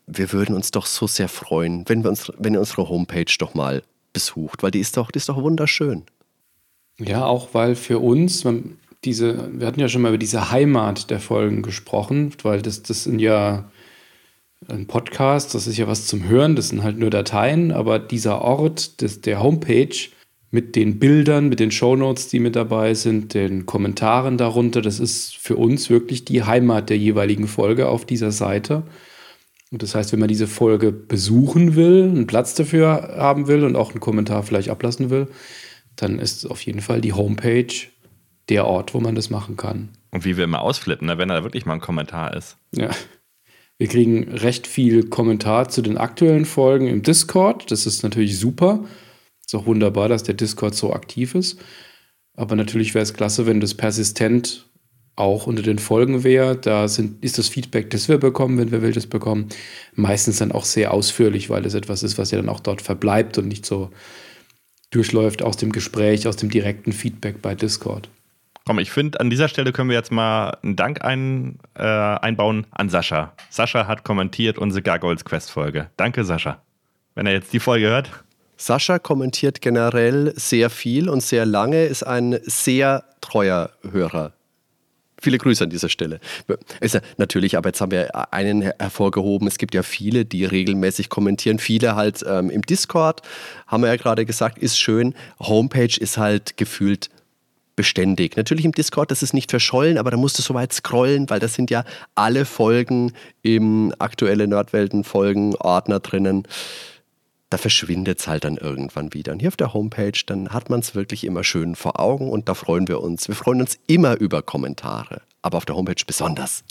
wir würden uns doch so sehr freuen, wenn, wir uns, wenn ihr unsere Homepage doch mal besucht, weil die ist doch, die ist doch wunderschön. Ja, auch weil für uns, man, diese, wir hatten ja schon mal über diese Heimat der Folgen gesprochen, weil das, das sind ja ein Podcast, das ist ja was zum Hören, das sind halt nur Dateien, aber dieser Ort des, der Homepage mit den Bildern, mit den Shownotes, die mit dabei sind, den Kommentaren darunter, das ist für uns wirklich die Heimat der jeweiligen Folge auf dieser Seite. Und das heißt, wenn man diese Folge besuchen will, einen Platz dafür haben will und auch einen Kommentar vielleicht ablassen will, dann ist auf jeden Fall die Homepage der Ort, wo man das machen kann. Und wie wir immer ausflippen, ne, wenn da wirklich mal ein Kommentar ist. Ja. Wir kriegen recht viel Kommentar zu den aktuellen Folgen im Discord. Das ist natürlich super. Ist auch wunderbar, dass der Discord so aktiv ist. Aber natürlich wäre es klasse, wenn das persistent auch unter den Folgen wäre. Da sind, ist das Feedback, das wir bekommen, wenn wir welches bekommen, meistens dann auch sehr ausführlich, weil es etwas ist, was ja dann auch dort verbleibt und nicht so durchläuft aus dem Gespräch, aus dem direkten Feedback bei Discord. Komm, ich finde, an dieser Stelle können wir jetzt mal einen Dank ein, äh, einbauen an Sascha. Sascha hat kommentiert unsere Gargoyles Quest-Folge. Danke, Sascha. Wenn er jetzt die Folge hört. Sascha kommentiert generell sehr viel und sehr lange, ist ein sehr treuer Hörer. Viele Grüße an dieser Stelle. Ist ja natürlich, aber jetzt haben wir einen hervorgehoben. Es gibt ja viele, die regelmäßig kommentieren. Viele halt ähm, im Discord, haben wir ja gerade gesagt, ist schön. Homepage ist halt gefühlt beständig. Natürlich im Discord, das ist nicht verschollen, aber da musst du so weit scrollen, weil das sind ja alle Folgen im aktuellen Nerdwelten-Folgen-Ordner drinnen. Da verschwindet es halt dann irgendwann wieder. Und hier auf der Homepage, dann hat man es wirklich immer schön vor Augen und da freuen wir uns. Wir freuen uns immer über Kommentare, aber auf der Homepage besonders.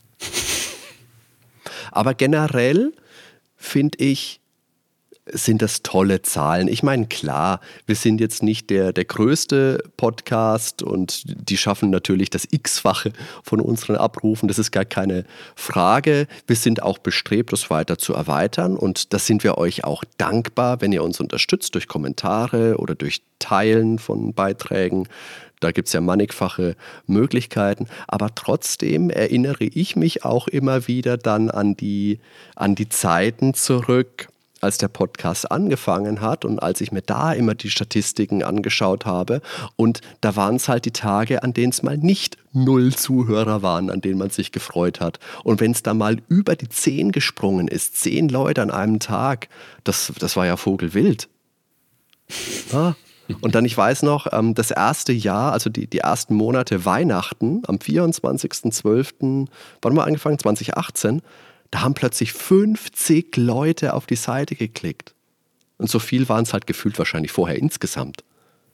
Aber generell finde ich, sind das tolle Zahlen. Ich meine, klar, wir sind jetzt nicht der, der größte Podcast und die schaffen natürlich das X-fache von unseren Abrufen. Das ist gar keine Frage. Wir sind auch bestrebt, das weiter zu erweitern und das sind wir euch auch dankbar, wenn ihr uns unterstützt durch Kommentare oder durch Teilen von Beiträgen. Da gibt es ja mannigfache Möglichkeiten, aber trotzdem erinnere ich mich auch immer wieder dann an die, an die Zeiten zurück, als der Podcast angefangen hat und als ich mir da immer die Statistiken angeschaut habe und da waren es halt die Tage, an denen es mal nicht null Zuhörer waren, an denen man sich gefreut hat. Und wenn es da mal über die zehn gesprungen ist, zehn Leute an einem Tag, das, das war ja vogelwild. Ah. Und dann, ich weiß noch, das erste Jahr, also die, die ersten Monate Weihnachten, am vierundzwanzigsten zwölften, wann haben wir angefangen? zwanzig achtzehn, da haben plötzlich fünfzig Leute auf die Seite geklickt. Und so viel waren es halt gefühlt wahrscheinlich vorher insgesamt.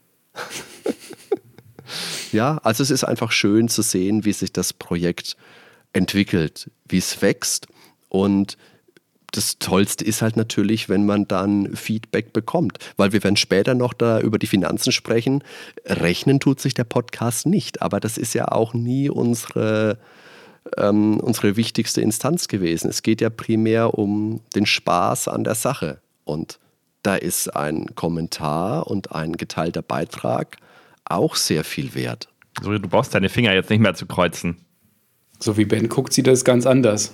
Ja, also es ist einfach schön zu sehen, wie sich das Projekt entwickelt, wie es wächst. Und das Tollste ist halt natürlich, wenn man dann Feedback bekommt. Weil wir werden später noch da über die Finanzen sprechen. Rechnen tut sich der Podcast nicht. Aber das ist ja auch nie unsere... Ähm, unsere wichtigste Instanz gewesen. Es geht ja primär um den Spaß an der Sache. Und da ist ein Kommentar und ein geteilter Beitrag auch sehr viel wert. So, du brauchst deine Finger jetzt nicht mehr zu kreuzen. So wie Ben guckt, sieht das ganz anders.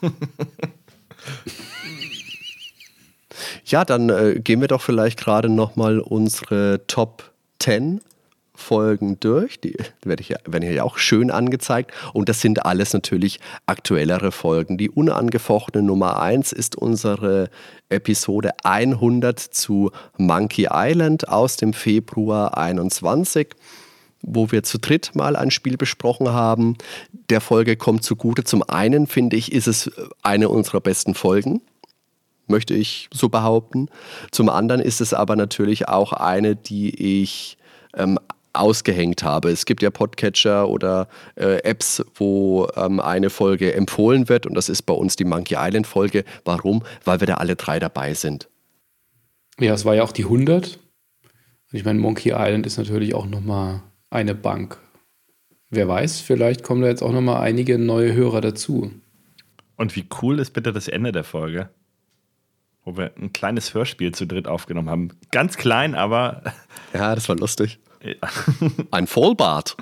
Ja, dann äh, gehen wir doch vielleicht gerade nochmal unsere Top zehn Folgen durch, die werde ich ja, werden hier ja auch schön angezeigt und das sind alles natürlich aktuellere Folgen. Die unangefochtene Nummer eins ist unsere Episode hundert zu Monkey Island aus dem Februar einundzwanzig, wo wir zu dritt mal ein Spiel besprochen haben. Der Folge kommt zugute. Zum einen, finde ich, ist es eine unserer besten Folgen, möchte ich so behaupten. Zum anderen ist es aber natürlich auch eine, die ich ähm, ausgehängt habe. Es gibt ja Podcatcher oder äh, Apps, wo ähm, eine Folge empfohlen wird und das ist bei uns die Monkey Island Folge. Warum? Weil wir da alle drei dabei sind. Ja, es war ja auch die hundert. Und ich meine, Monkey Island ist natürlich auch nochmal eine Bank. Wer weiß, vielleicht kommen da jetzt auch nochmal einige neue Hörer dazu. Und wie cool ist bitte das Ende der Folge? Wo wir ein kleines Hörspiel zu dritt aufgenommen haben. Ganz klein, aber... Ja, das war lustig. Ja. Ein Vollbart.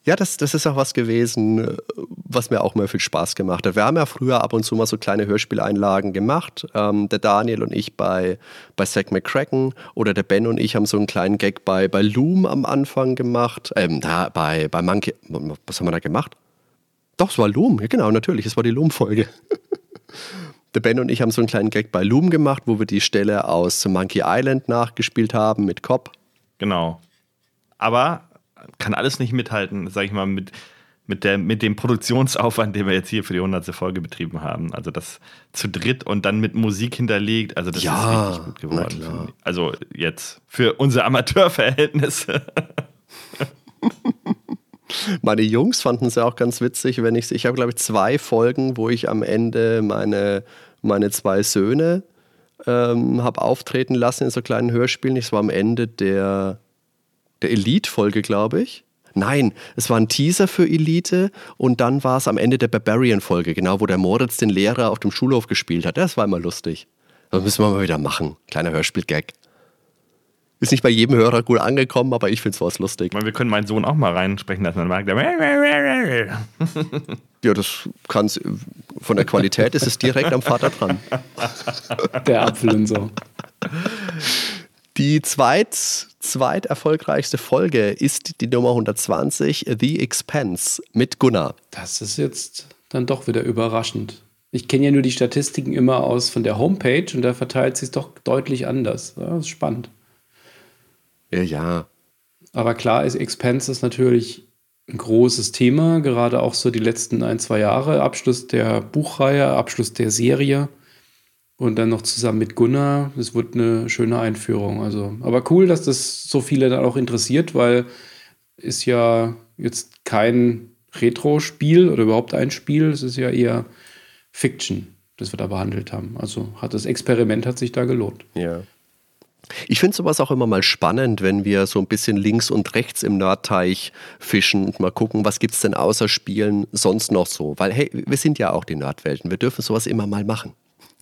Ja, das, das ist auch was gewesen, was mir auch mal viel Spaß gemacht hat. Wir haben ja früher ab und zu mal so kleine Hörspieleinlagen gemacht. Ähm, der Daniel und ich bei, bei Zack McCracken oder der Ben und ich haben so einen kleinen Gag bei, bei Loom am Anfang gemacht. Ähm, da bei, bei Monkey, was haben wir da gemacht? Doch, es war Loom, ja genau, natürlich, es war die Loom-Folge. Der Ben und ich haben so einen kleinen Gag bei Loom gemacht, wo wir die Stelle aus Monkey Island nachgespielt haben mit Cobb. Genau. Aber kann alles nicht mithalten, sag ich mal, mit, mit, der, mit dem Produktionsaufwand, den wir jetzt hier für die hundertste Folge betrieben haben. Also das zu dritt und dann mit Musik hinterlegt. Also das ja, ist richtig gut geworden. Also jetzt für unsere Amateurverhältnisse. Meine Jungs fanden es ja auch ganz witzig, wenn ich, ich habe glaube ich zwei Folgen, wo ich am Ende meine, meine zwei Söhne ähm, habe auftreten lassen in so kleinen Hörspielen. Das war am Ende der der Elite-Folge, glaube ich. Nein, es war ein Teaser für Elite und dann war es am Ende der Barbarian-Folge, genau, wo der Moritz den Lehrer auf dem Schulhof gespielt hat. Das war immer lustig. Das müssen wir mal wieder machen. Kleiner Hörspiel-Gag. Ist nicht bei jedem Hörer gut angekommen, aber ich finde es was lustig. Ich meine, wir können meinen Sohn auch mal reinsprechen lassen. Dann mag der. Ja, das kann's. Von der Qualität ist es direkt am Vater dran. Der Apfel und so. Die zweit, zweit erfolgreichste Folge ist die Nummer hundertzwanzig, The Expanse mit Gunnar. Das ist jetzt dann doch wieder überraschend. Ich kenne ja nur die Statistiken immer aus von der Homepage und da verteilt sich es doch deutlich anders. Das ist spannend. Ja, ja. Aber klar ist, Expanse ist natürlich ein großes Thema, gerade auch so die letzten ein, zwei Jahre. Abschluss der Buchreihe, Abschluss der Serie. Und dann noch zusammen mit Gunnar. Das wird eine schöne Einführung. Also, aber cool, dass das so viele dann auch interessiert, weil ist ja jetzt kein Retro-Spiel oder überhaupt ein Spiel. Es ist ja eher Fiction, das wir da behandelt haben. Also hat das Experiment hat sich da gelohnt. Ja. Ich finde sowas auch immer mal spannend, wenn wir so ein bisschen links und rechts im Nerdteich fischen und mal gucken, was gibt es denn außer Spielen sonst noch so. Weil hey, wir sind ja auch die Nerdwelten. Wir dürfen sowas immer mal machen.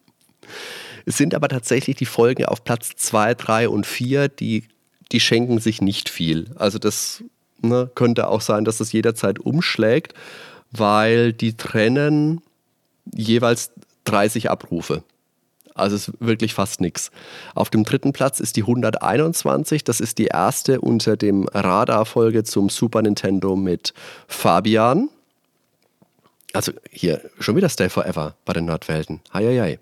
Es sind aber tatsächlich die Folgen auf Platz zwei, drei und vier, die, die schenken sich nicht viel. Also das ne, könnte auch sein, dass das jederzeit umschlägt, weil die trennen jeweils dreißig Abrufe. Also es ist wirklich fast nichts. Auf dem dritten Platz ist die hunderteinundzwanzig. Das ist die erste unter dem Radar-Folge zum Super Nintendo mit Fabian. Also hier schon wieder Stay Forever bei den Nerdwelten. Heieiei.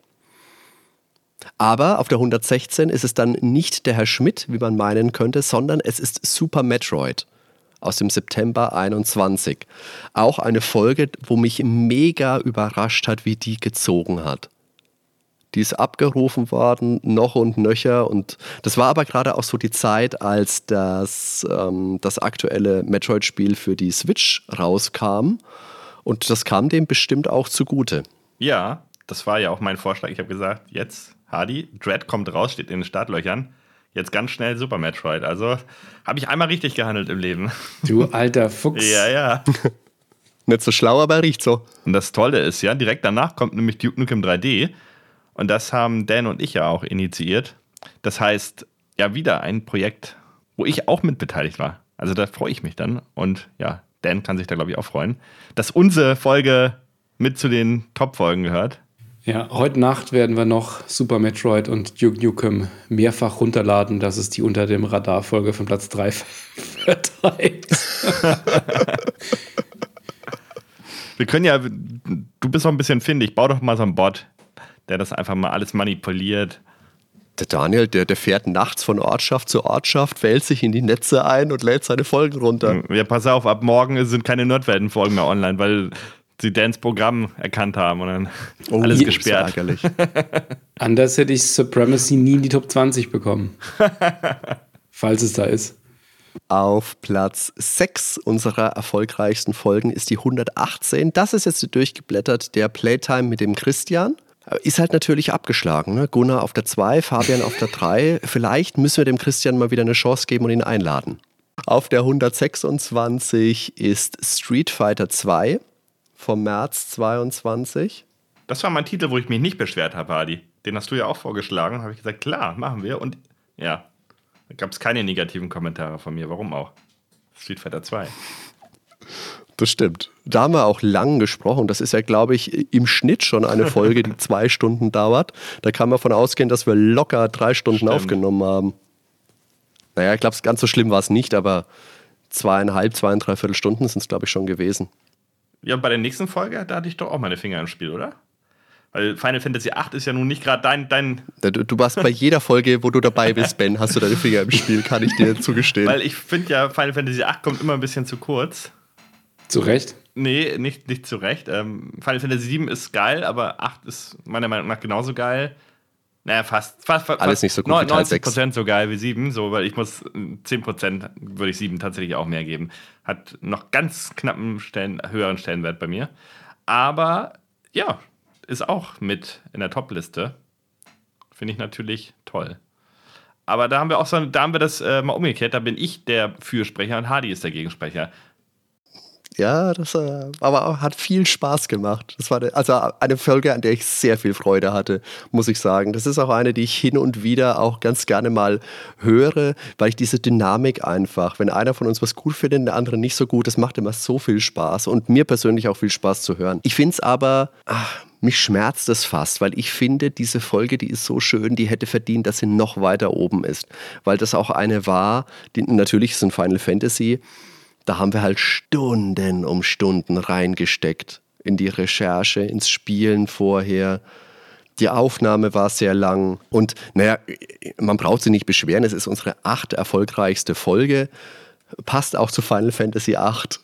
Aber auf der hundertsechzehn ist es dann nicht der Herr Schmidt, wie man meinen könnte, sondern es ist Super Metroid aus dem September einundzwanzig. Auch eine Folge, wo mich mega überrascht hat, wie die gezogen hat. Die ist abgerufen worden, noch und nöcher. Und das war aber gerade auch so die Zeit, als das, ähm, das aktuelle Metroid-Spiel für die Switch rauskam. Und das kam dem bestimmt auch zugute. Ja, das war ja auch mein Vorschlag. Ich habe gesagt, jetzt, Hardy, Dread kommt raus, steht in den Startlöchern. Jetzt ganz schnell Super Metroid. Also habe ich einmal richtig gehandelt im Leben. Du alter Fuchs. Ja, ja. Nicht so schlau, aber riecht so. Und das Tolle ist ja, direkt danach kommt nämlich Duke Nukem drei D. Und das haben Dan und ich ja auch initiiert. Das heißt, ja, wieder ein Projekt, wo ich auch mit beteiligt war. Also da freue ich mich dann. Und ja, Dan kann sich da, glaube ich, auch freuen, dass unsere Folge mit zu den Top-Folgen gehört. Ja, heute Nacht werden wir noch Super Metroid und Duke Nukem mehrfach runterladen, dass es die unter dem Radar-Folge von Platz drei verteilt. Wir können ja, du bist auch ein bisschen findig, bau doch mal so einen Bot, der das einfach mal alles manipuliert. Der Daniel, der, der fährt nachts von Ortschaft zu Ortschaft, wählt sich in die Netze ein und lädt seine Folgen runter. Ja, pass auf, ab morgen sind keine Nerdwelten-Folgen mehr online, weil sie Dans Programm erkannt haben und dann oh, alles je, gesperrt. Ist ja ärgerlich. Anders hätte ich Supremacy nie in die Top zwanzig bekommen. Falls es da ist. Auf Platz sechs unserer erfolgreichsten Folgen ist die hundertachtzehn. Das ist jetzt durchgeblättert, der Playtime mit dem Christian. Ist halt natürlich abgeschlagen. Ne? Gunnar auf der zwei, Fabian auf der drei. Vielleicht müssen wir dem Christian mal wieder eine Chance geben und ihn einladen. Auf der hundertsechsundzwanzig ist Street Fighter zwei vom März zweiundzwanzig. Das war mein Titel, wo ich mich nicht beschwert habe, Hardy. Den hast du ja auch vorgeschlagen. Habe ich gesagt, klar, machen wir. Und ja, da gab es keine negativen Kommentare von mir. Warum auch? Street Fighter zwei. Das stimmt. Da haben wir auch lang gesprochen. Das ist ja, glaube ich, im Schnitt schon eine Folge, die zwei Stunden dauert. Da kann man davon ausgehen, dass wir locker drei Stunden stimmt. aufgenommen haben. Naja, ich glaube, ganz so schlimm war es nicht, aber zweieinhalb, zweieinhalb Stunden sind es, glaube ich, schon gewesen. Ja, bei der nächsten Folge, da hatte ich doch auch meine Finger im Spiel, oder? Weil Final Fantasy acht ist ja nun nicht gerade dein, dein... Du, du warst bei jeder Folge, wo du dabei bist, Ben, hast du deine Finger im Spiel, kann ich dir zugestehen. Weil ich finde ja, Final Fantasy acht kommt immer ein bisschen zu kurz. Zu Recht? Nee, nicht, nicht zu Recht. Ähm, Final Fantasy sieben ist geil, aber acht ist meiner Meinung nach genauso geil. Naja, fast. fast, fast Alles nicht so gut wie Teil neunzig Prozent so geil wie sieben, so, weil ich muss zehn Prozent würde ich sieben tatsächlich auch mehr geben. Hat noch ganz knappen Stellen, höheren Stellenwert bei mir. Aber ja, ist auch mit in der Top-Liste. Finde ich natürlich toll. Aber da haben wir auch so, da haben wir das äh, mal umgekehrt. Da bin ich der Fürsprecher und Hardy ist der Gegensprecher. Ja, das äh, aber auch, hat viel Spaß gemacht. Das war eine, also eine Folge, an der ich sehr viel Freude hatte, muss ich sagen. Das ist auch eine, die ich hin und wieder auch ganz gerne mal höre, weil ich diese Dynamik einfach, wenn einer von uns was gut findet, der andere nicht so gut, das macht immer so viel Spaß und mir persönlich auch viel Spaß zu hören. Ich finde es aber, ach, mich schmerzt es fast, weil ich finde, diese Folge, die ist so schön, die hätte verdient, dass sie noch weiter oben ist. Weil das auch eine war, die natürlich ist ein Final Fantasy. Da haben wir halt Stunden um Stunden reingesteckt in die Recherche, ins Spielen vorher. Die Aufnahme war sehr lang und naja, man braucht sich nicht beschweren, es ist unsere acht erfolgreichste Folge, passt auch zu Final Fantasy acht.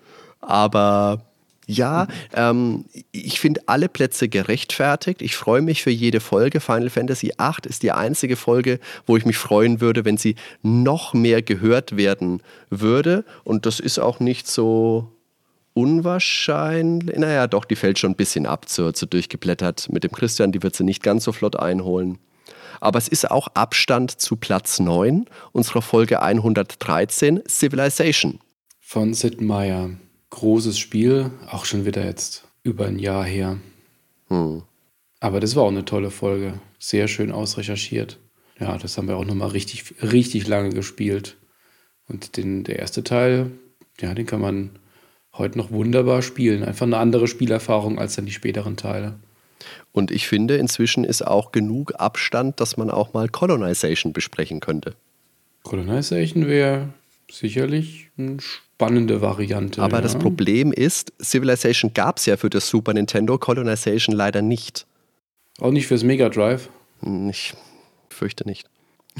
Aber ja, ähm, ich finde alle Plätze gerechtfertigt. Ich freue mich für jede Folge. Final Fantasy acht ist die einzige Folge, wo ich mich freuen würde, wenn sie noch mehr gehört werden würde. Und das ist auch nicht so unwahrscheinlich. Naja, doch, die fällt schon ein bisschen ab, zu, zu durchgeblättert mit dem Christian. Die wird sie nicht ganz so flott einholen. Aber es ist auch Abstand zu Platz neun unserer Folge hundertdreizehn, Civilization. Von Sid Meier. Großes Spiel, auch schon wieder jetzt über ein Jahr her. Hm. Aber das war auch eine tolle Folge. Sehr schön ausrecherchiert. Ja, das haben wir auch nochmal richtig, richtig lange gespielt. Und den, der erste Teil, ja, den kann man heute noch wunderbar spielen. Einfach eine andere Spielerfahrung als dann die späteren Teile. Und ich finde, inzwischen ist auch genug Abstand, dass man auch mal Colonization besprechen könnte. Colonization wäre sicherlich eine spannende Variante. Aber ja. Das Problem ist, Civilization gab es ja für das Super Nintendo, Colonization leider nicht. Auch nicht fürs Mega Drive? Ich fürchte nicht.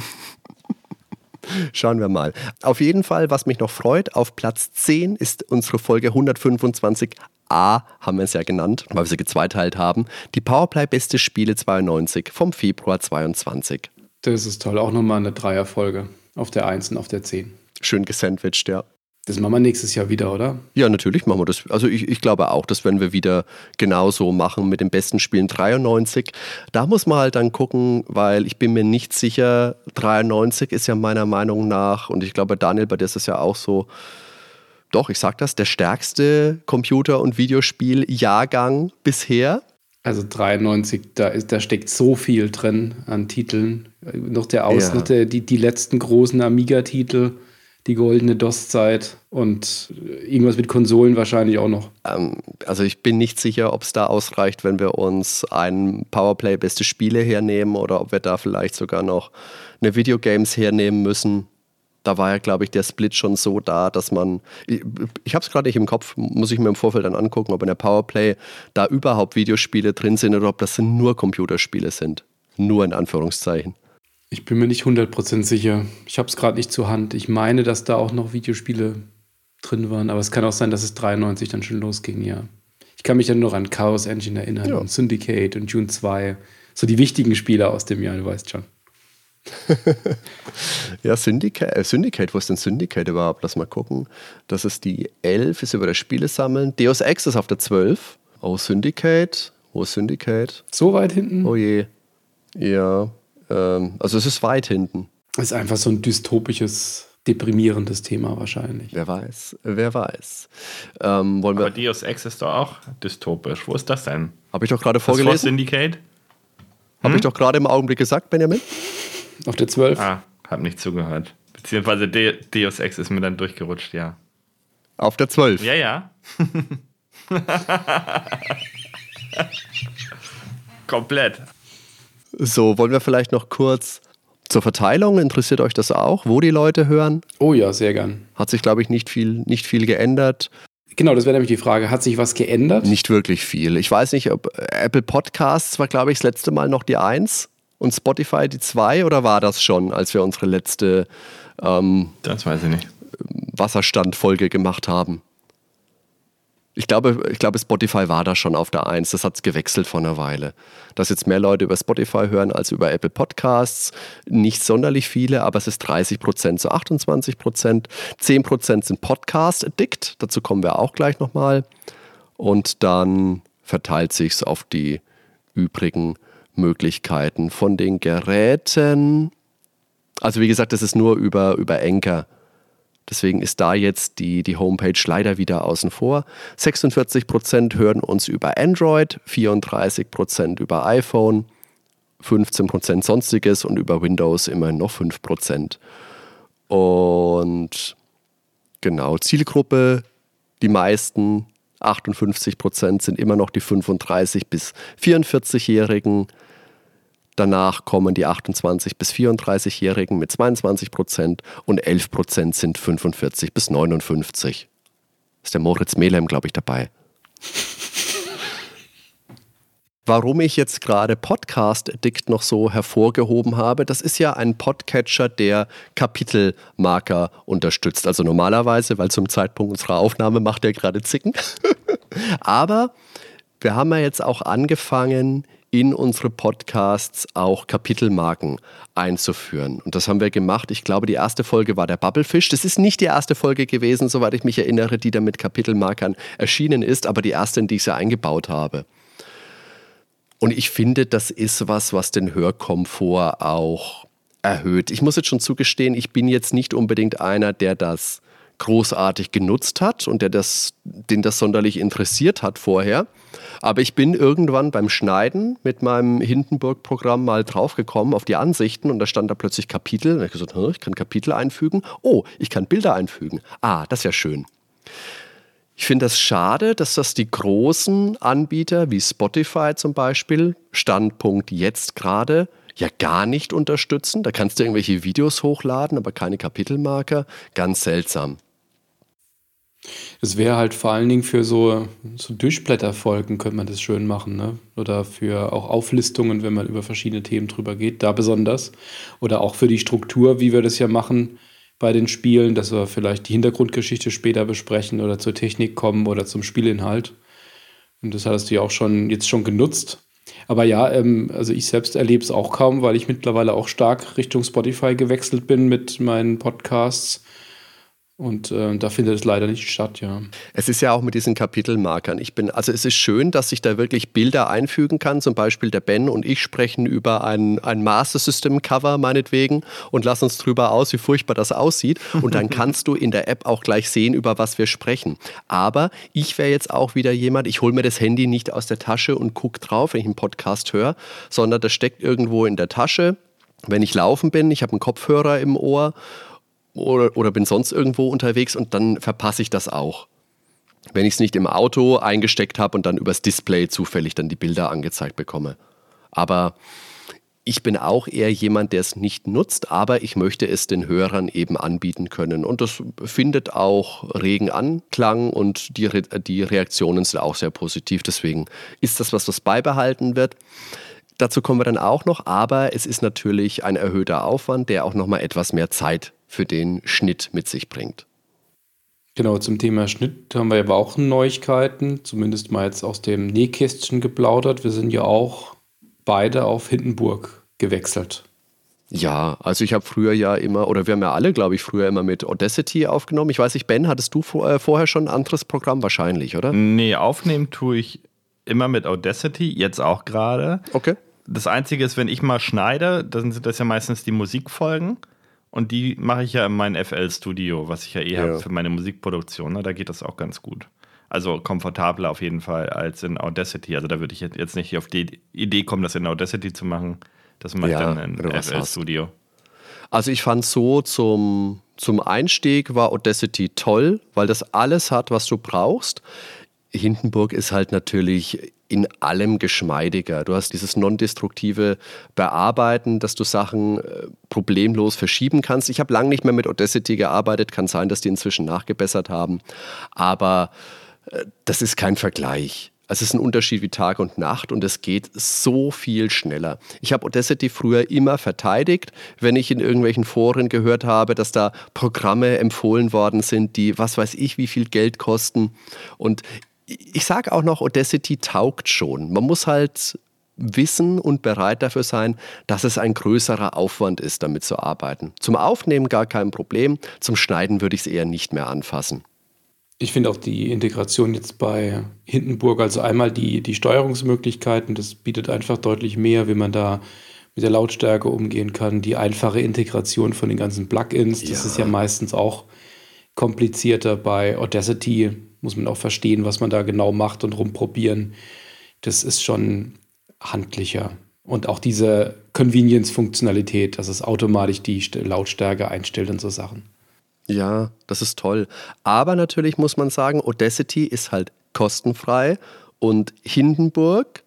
Schauen wir mal. Auf jeden Fall, was mich noch freut, auf Platz zehn ist unsere Folge hundertfünfundzwanzig A, haben wir es ja genannt, weil wir sie gezweiteilt haben. Die Powerplay Beste Spiele zweiundneunzig vom Februar zweiundzwanzig. Das ist toll. Auch nochmal eine Dreierfolge. Auf der eins und auf der zehn. Schön gesandwiched, ja. Das machen wir nächstes Jahr wieder, oder? Ja, natürlich machen wir das. Also ich, ich glaube auch, das werden wir wieder genauso machen mit den besten Spielen dreiundneunzig. Da muss man halt dann gucken, weil ich bin mir nicht sicher, dreiundneunzig ist ja meiner Meinung nach, und ich glaube, Daniel, bei dir ist das ja auch so, doch, ich sag das, der stärkste Computer- und Videospiel-Jahrgang bisher. Also dreiundneunzig, da, ist, da steckt so viel drin an Titeln. Noch der Aus, ja. noch der, die, die letzten großen Amiga-Titel, die goldene DOS-Zeit und irgendwas mit Konsolen wahrscheinlich auch noch. Ähm, also ich bin nicht sicher, ob es da ausreicht, wenn wir uns ein Powerplay Beste Spiele hernehmen oder ob wir da vielleicht sogar noch eine Videogames hernehmen müssen. Da war ja, glaube ich, der Split schon so da, dass man, ich, ich habe es gerade nicht im Kopf, muss ich mir im Vorfeld dann angucken, ob in der Powerplay da überhaupt Videospiele drin sind oder ob das nur Computerspiele sind. Nur in Anführungszeichen. Ich bin mir nicht hundert Prozent sicher. Ich habe es gerade nicht zur Hand. Ich meine, dass da auch noch Videospiele drin waren, aber es kann auch sein, dass es dreiundneunzig dann schon losging, ja. Ich kann mich dann noch an Chaos Engine erinnern, ja. und Syndicate und Dune zwei. So die wichtigen Spiele aus dem Jahr, du weißt schon. ja, Syndicate, äh, Syndicate, wo ist denn Syndicate überhaupt? Lass mal gucken. Das ist die elf, ist über das Spiele sammeln. Deus Ex ist auf der zwölf. Oh, Syndicate. Wo ist Syndicate? So weit hinten? Oh je. Ja, ähm, also es ist weit hinten. Es ist einfach so ein dystopisches, deprimierendes Thema wahrscheinlich. Wer weiß, wer weiß. Ähm, wollen wir Aber Deus Ex ist doch auch dystopisch. Wo ist das denn? Habe ich doch gerade vorgelesen. Das Syndicate? Hm? Habe ich doch gerade im Augenblick gesagt, Benjamin? Auf der zwölf? Ah, hab nicht zugehört. Beziehungsweise De- Deus Ex ist mir dann durchgerutscht, ja. Auf der zwölf. Ja, ja. Komplett. So, wollen wir vielleicht noch kurz zur Verteilung? Interessiert euch das auch, wo die Leute hören? Oh ja, sehr gern. Hat sich, glaube ich, nicht viel, nicht viel geändert. Genau, das wäre nämlich die Frage. Hat sich was geändert? Nicht wirklich viel. Ich weiß nicht, ob Apple Podcasts war, glaube ich, das letzte Mal noch die eins und Spotify die zwei, oder war das schon, als wir unsere letzte ähm, das weiß ich nicht. Wasserstand-Folge gemacht haben? Ich glaube, ich glaube, Spotify war da schon auf der eins. Das hat es gewechselt vor einer Weile. Dass jetzt mehr Leute über Spotify hören als über Apple Podcasts. Nicht sonderlich viele, aber es ist dreißig Prozent zu achtundzwanzig Prozent. zehn Prozent sind Podcast-Addict. Dazu kommen wir auch gleich nochmal. Und dann verteilt sich es auf die übrigen Möglichkeiten von den Geräten. Also wie gesagt, das ist nur über, über Anchor. Deswegen ist da jetzt die, die Homepage leider wieder außen vor. sechsundvierzig Prozent hören uns über Android, vierunddreißig Prozent über iPhone, fünfzehn Prozent Sonstiges und über Windows immerhin noch fünf Prozent. Und genau, Zielgruppe, die meisten, achtundfünfzig Prozent sind immer noch die fünfunddreißig- bis vierundvierzig-Jährigen. Danach kommen die achtundzwanzig- bis vierunddreißig-Jährigen mit zweiundzwanzig Prozent und elf Prozent sind fünfundvierzig bis neunundfünfzig. Ist der Moritz Melem, glaube ich, dabei. Warum ich jetzt gerade Podcast Addict noch so hervorgehoben habe, das ist ja ein Podcatcher, der Kapitelmarker unterstützt. Also normalerweise, weil zum Zeitpunkt unserer Aufnahme macht er gerade Zicken. Aber wir haben ja jetzt auch angefangen, in unsere Podcasts auch Kapitelmarken einzuführen. Und das haben wir gemacht. Ich glaube, die erste Folge war der Bubblefish. Das ist nicht die erste Folge gewesen, soweit ich mich erinnere, die da mit Kapitelmarkern erschienen ist, aber die erste, in die ich sie eingebaut habe. Und ich finde, das ist was, was den Hörkomfort auch erhöht. Ich muss jetzt schon zugestehen, ich bin jetzt nicht unbedingt einer, der das großartig genutzt hat und der das, den das sonderlich interessiert hat vorher. Aber ich bin irgendwann beim Schneiden mit meinem Hindenburg-Programm mal draufgekommen auf die Ansichten und da stand da plötzlich Kapitel. Und ich habe gesagt, ich kann Kapitel einfügen. Oh, ich kann Bilder einfügen. Ah, das ist ja schön. Ich finde das schade, dass das die großen Anbieter wie Spotify zum Beispiel, Standpunkt jetzt gerade, ja gar nicht unterstützen. Da kannst du irgendwelche Videos hochladen, aber keine Kapitelmarker. Ganz seltsam. Das wäre halt vor allen Dingen für so, so Durchblätterfolgen könnte man das schön machen, ne? Oder für auch Auflistungen, wenn man über verschiedene Themen drüber geht, da besonders. Oder auch für die Struktur, wie wir das ja machen bei den Spielen, dass wir vielleicht die Hintergrundgeschichte später besprechen oder zur Technik kommen oder zum Spielinhalt. Und das hast du ja auch schon jetzt schon genutzt. Aber ja, ähm, also ich selbst erlebe es auch kaum, weil ich mittlerweile auch stark Richtung Spotify gewechselt bin mit meinen Podcasts. Und äh, da findet es leider nicht statt, ja. Es ist ja auch mit diesen Kapitelmarkern. Ich bin, also es ist schön, dass ich da wirklich Bilder einfügen kann. Zum Beispiel der Ben und ich sprechen über ein, ein Master System Cover meinetwegen und lassen uns drüber aus, wie furchtbar das aussieht. Und dann kannst du in der App auch gleich sehen, über was wir sprechen. Aber ich wäre jetzt auch wieder jemand, ich hole mir das Handy nicht aus der Tasche und gucke drauf, wenn ich einen Podcast höre, sondern das steckt irgendwo in der Tasche. Wenn ich laufen bin, ich habe einen Kopfhörer im Ohr, Oder, oder bin sonst irgendwo unterwegs und dann verpasse ich das auch. Wenn ich es nicht im Auto eingesteckt habe und dann übers Display zufällig dann die Bilder angezeigt bekomme. Aber ich bin auch eher jemand, der es nicht nutzt, aber ich möchte es den Hörern eben anbieten können. Und das findet auch regen Anklang und die, Re- die Reaktionen sind auch sehr positiv. Deswegen ist das was, was beibehalten wird. Dazu kommen wir dann auch noch, aber es ist natürlich ein erhöhter Aufwand, der auch nochmal etwas mehr Zeit für den Schnitt mit sich bringt. Genau, zum Thema Schnitt haben wir aber auch Neuigkeiten, zumindest mal jetzt aus dem Nähkästchen geplaudert. Wir sind ja auch beide auf Hindenburg gewechselt. Ja, also ich habe früher ja immer, oder wir haben ja alle, glaube ich, früher immer mit Audacity aufgenommen. Ich weiß nicht, Ben, hattest du vor, äh, vorher schon ein anderes Programm? Wahrscheinlich, oder? Nee, aufnehmen tue ich immer mit Audacity, jetzt auch gerade. Okay. Das Einzige ist, wenn ich mal schneide, dann sind das ja meistens die Musikfolgen. Und die mache ich ja in meinem F L-Studio, was ich ja eh Ja. habe für meine Musikproduktion. Ne? Da geht das auch ganz gut. Also komfortabler auf jeden Fall als in Audacity. Also da würde ich jetzt nicht auf die Idee kommen, das in Audacity zu machen. Das mache ich Ja, dann wenn du in was F L-Studio. Also ich fand so zum, zum Einstieg war Audacity toll, weil das alles hat, was du brauchst. Hindenburg ist halt natürlich in allem geschmeidiger. Du hast dieses non-destruktive Bearbeiten, dass du Sachen äh, problemlos verschieben kannst. Ich habe lange nicht mehr mit Audacity gearbeitet, kann sein, dass die inzwischen nachgebessert haben, aber äh, das ist kein Vergleich. Es ist ein Unterschied wie Tag und Nacht und es geht so viel schneller. Ich habe Audacity früher immer verteidigt, wenn ich in irgendwelchen Foren gehört habe, dass da Programme empfohlen worden sind, die was weiß ich wie viel Geld kosten. Und ich sage auch noch, Audacity taugt schon. Man muss halt wissen und bereit dafür sein, dass es ein größerer Aufwand ist, damit zu arbeiten. Zum Aufnehmen gar kein Problem, zum Schneiden würde ich es eher nicht mehr anfassen. Ich finde auch die Integration jetzt bei Hindenburg, also einmal die, die Steuerungsmöglichkeiten, das bietet einfach deutlich mehr, wie man da mit der Lautstärke umgehen kann. Die einfache Integration von den ganzen Plugins, das Ja. ist ja meistens auch komplizierter. Bei Audacity muss man auch verstehen, was man da genau macht und rumprobieren. Das ist schon handlicher. Und auch diese Convenience-Funktionalität, dass es automatisch die Lautstärke einstellt und so Sachen. Ja, das ist toll. Aber natürlich muss man sagen, Audacity ist halt kostenfrei und Hindenburg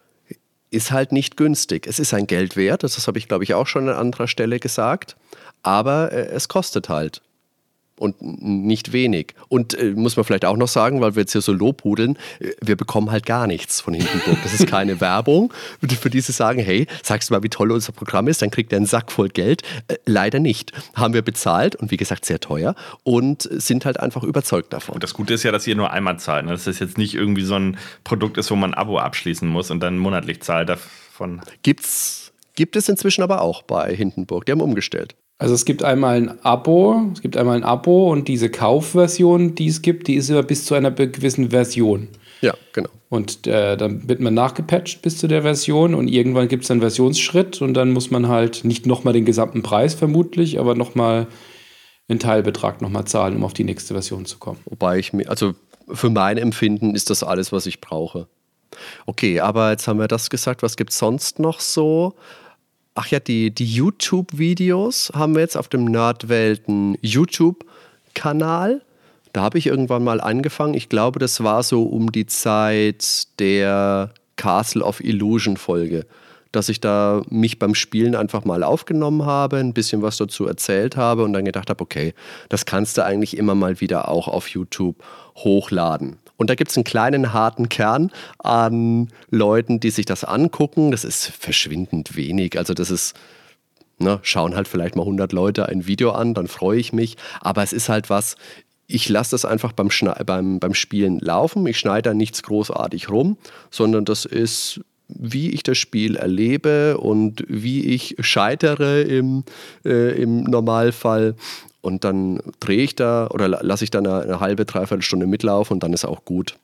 ist halt nicht günstig. Es ist ein Geld wert, das habe ich glaube ich auch schon an anderer Stelle gesagt, aber äh, es kostet halt. Und nicht wenig. Und äh, muss man vielleicht auch noch sagen, weil wir jetzt hier so lobhudeln, äh, wir bekommen halt gar nichts von Hindenburg. Das ist keine Werbung, für die sie sagen, hey, sagst du mal, wie toll unser Programm ist, dann kriegt er einen Sack voll Geld. Äh, leider nicht. Haben wir bezahlt und wie gesagt sehr teuer und sind halt einfach überzeugt davon. Und das Gute ist ja, dass ihr nur einmal zahlt. Ne? Dass das jetzt nicht irgendwie so ein Produkt ist, wo man ein Abo abschließen muss und dann monatlich zahlt davon. Gibt's, gibt es inzwischen aber auch bei Hindenburg. Die haben umgestellt. Also es gibt einmal ein Abo, es gibt einmal ein Abo und diese Kaufversion, die es gibt, die ist immer bis zu einer gewissen Version. Ja, genau. Und äh, dann wird man nachgepatcht bis zu der Version und irgendwann gibt es einen Versionsschritt und dann muss man halt nicht nochmal den gesamten Preis vermutlich, aber nochmal einen Teilbetrag nochmal zahlen, um auf die nächste Version zu kommen. Wobei ich mir, also für mein Empfinden ist das alles, was ich brauche. Okay, aber jetzt haben wir das gesagt. Was gibt es sonst noch so? Ach ja, die, die YouTube-Videos haben wir jetzt auf dem Nerdwelten YouTube-Kanal. Da habe ich irgendwann mal angefangen. Ich glaube, das war so um die Zeit der Castle of Illusion-Folge, dass ich da mich beim Spielen einfach mal aufgenommen habe, ein bisschen was dazu erzählt habe und dann gedacht habe, okay, das kannst du eigentlich immer mal wieder auch auf YouTube hochladen. Und da gibt es einen kleinen, harten Kern an Leuten, die sich das angucken. Das ist verschwindend wenig. Also das ist, ne, schauen halt vielleicht mal hundert Leute ein Video an, dann freue ich mich. Aber es ist halt was, ich lasse das einfach beim, Schne- beim, beim Spielen laufen. Ich schneide da nichts großartig rum, sondern das ist, wie ich das Spiel erlebe und wie ich scheitere im, äh, im Normalfall. Und dann drehe ich da oder lasse ich da eine, eine halbe, dreiviertel Stunde mitlaufen und dann ist auch gut.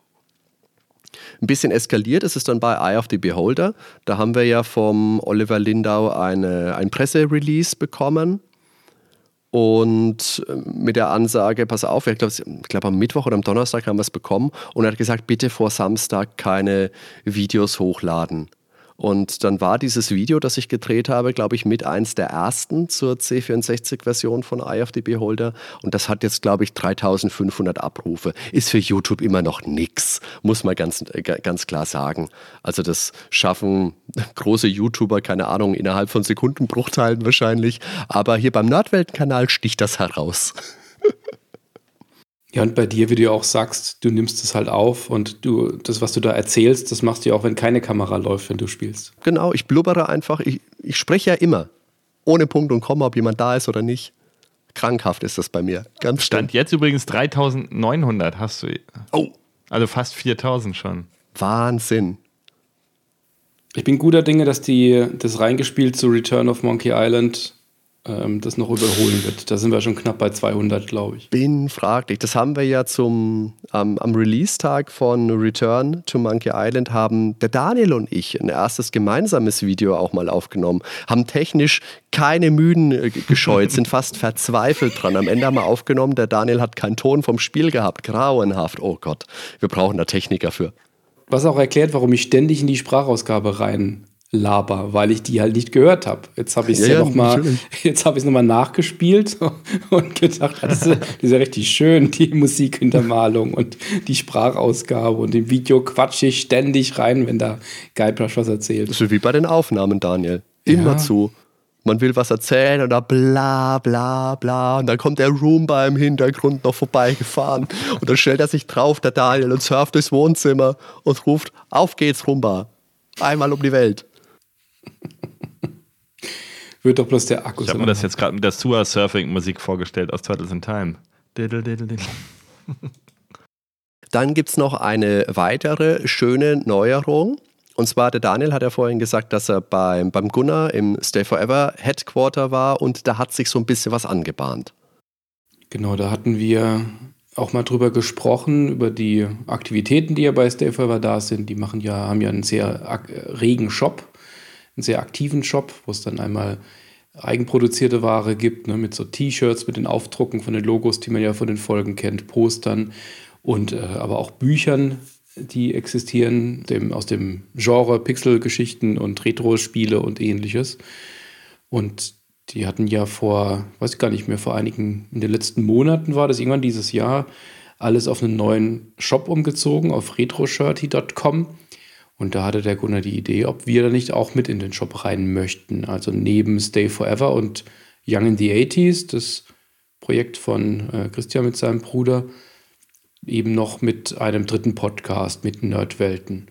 Ein bisschen eskaliert ist es dann bei Eye of the Beholder. Da haben wir ja vom Oliver Lindau eine, ein Presserelease bekommen. Und mit der Ansage, pass auf, ich glaube, ich glaube am Mittwoch oder am Donnerstag haben wir es bekommen. Und er hat gesagt, bitte vor Samstag keine Videos hochladen. Und dann war dieses Video, das ich gedreht habe, glaube ich, mit eins der ersten zur C vierundsechzig-Version von Eye of the Beholder. Und das hat jetzt, glaube ich, dreitausendfünfhundert Abrufe. Ist für YouTube immer noch nix, muss man ganz, ganz klar sagen. Also das schaffen große YouTuber, keine Ahnung, innerhalb von Sekundenbruchteilen wahrscheinlich. Aber hier beim Nerdwelten-Kanal sticht das heraus. Ja, und bei dir, wie du ja auch sagst, du nimmst es halt auf und du, das, was du da erzählst, das machst du ja auch, wenn keine Kamera läuft, wenn du spielst. Genau, ich blubbere einfach. Ich, ich spreche ja immer. Ohne Punkt und Komma, ob jemand da ist oder nicht. Krankhaft ist das bei mir. Ganz Stand schlimm. jetzt übrigens dreitausendneunhundert hast du. Oh. Also fast viertausend schon. Wahnsinn. Ich bin guter Dinge, dass die das reingespielt zu Return of Monkey Island ähm, das noch überholen wird. Da sind wir schon knapp bei zweihundert, glaube ich. Bin fraglich. Das haben wir ja zum, ähm, am Release-Tag von Return to Monkey Island haben der Daniel und ich ein erstes gemeinsames Video auch mal aufgenommen. Haben technisch keine Mühen äh, gescheut, sind fast verzweifelt dran. Am Ende haben wir aufgenommen, der Daniel hat keinen Ton vom Spiel gehabt. Grauenhaft. Oh Gott, wir brauchen da Techniker für. Was auch erklärt, warum ich ständig in die Sprachausgabe rein laber, weil ich die halt nicht gehört habe. Jetzt habe ich es ja, ja, ja nochmal jetzt habe ich es nochmal nachgespielt und gedacht, das ist, das ist ja richtig schön, die Musikuntermalung und die Sprachausgabe und im Video quatsche ich ständig rein, wenn da Guybrush was erzählt. Das ist wie bei den Aufnahmen, Daniel. Immer ja. zu. Man will was erzählen und da bla bla bla und dann kommt der Roomba im Hintergrund noch vorbeigefahren und dann stellt er sich drauf, der Daniel, und surft durchs Wohnzimmer und ruft, auf geht's Roomba, einmal um die Welt. Wird doch bloß der Akku. Ich habe mir das jetzt gerade mit der Sewer-Surfing-Musik vorgestellt aus Turtles in Time. Diddle, diddle, diddle. Dann gibt es noch eine weitere schöne Neuerung. Und zwar, der Daniel hat ja vorhin gesagt, dass er beim, beim Gunnar im Stay Forever Headquarter war und da hat sich so ein bisschen was angebahnt. Genau, da hatten wir auch mal drüber gesprochen, über die Aktivitäten, die ja bei Stay Forever da sind. Die machen ja, haben ja einen sehr ak- regen Shop, einen sehr aktiven Shop, wo es dann einmal eigenproduzierte Ware gibt, ne, mit so T-Shirts, mit den Aufdrucken von den Logos, die man ja von den Folgen kennt, Postern und äh, aber auch Büchern, die existieren, dem, aus dem Genre Pixel-Geschichten und Retro-Spiele und ähnliches. Und die hatten ja vor, weiß ich gar nicht mehr, vor einigen, in den letzten Monaten war das, irgendwann dieses Jahr, alles auf einen neuen Shop umgezogen, auf retroshirty Punkt com. Und da hatte der Gunnar die Idee, ob wir da nicht auch mit in den Shop rein möchten. Also neben Stay Forever und Young in the achtziger, das Projekt von äh, Christian mit seinem Bruder, eben noch mit einem dritten Podcast, mit Nerdwelten.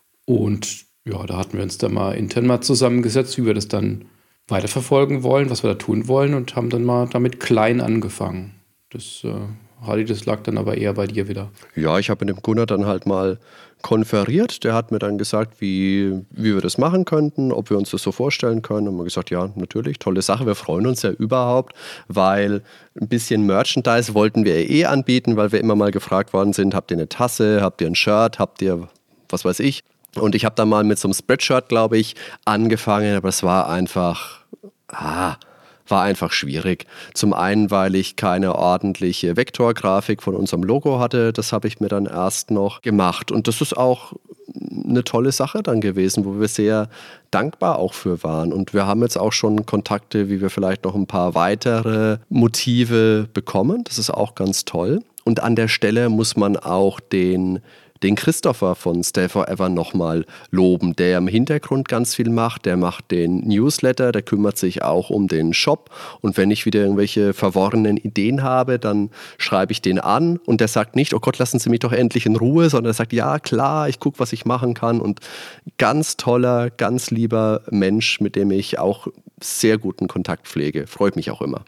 Und ja, da hatten wir uns da mal intern mal zusammengesetzt, wie wir das dann weiterverfolgen wollen, was wir da tun wollen und haben dann mal damit klein angefangen. Das, äh, Hardy, das lag dann aber eher bei dir wieder. Ja, ich habe mit dem Gunnar dann halt mal konferiert. Der hat mir dann gesagt, wie, wie wir das machen könnten, ob wir uns das so vorstellen können. Und wir haben gesagt, ja, natürlich, tolle Sache. Wir freuen uns ja überhaupt, weil ein bisschen Merchandise wollten wir eh anbieten, weil wir immer mal gefragt worden sind, habt ihr eine Tasse, habt ihr ein Shirt, habt ihr was weiß ich. Und ich habe dann mal mit so einem Spreadshirt, glaube ich, angefangen, aber es war einfach, ah, war einfach schwierig. Zum einen, weil ich keine ordentliche Vektorgrafik von unserem Logo hatte. Das habe ich mir dann erst noch gemacht. Und das ist auch eine tolle Sache dann gewesen, wo wir sehr dankbar auch für waren. Und wir haben jetzt auch schon Kontakte, wie wir vielleicht noch ein paar weitere Motive bekommen. Das ist auch ganz toll. Und an der Stelle muss man auch den den Christopher von Stay Forever nochmal loben, der im Hintergrund ganz viel macht. Der macht den Newsletter, der kümmert sich auch um den Shop. Und wenn ich wieder irgendwelche verworrenen Ideen habe, dann schreibe ich den an und der sagt nicht, oh Gott, lassen Sie mich doch endlich in Ruhe, sondern er sagt, ja klar, ich gucke, was ich machen kann. Und ganz toller, ganz lieber Mensch, mit dem ich auch sehr guten Kontakt pflege. Freut mich auch immer.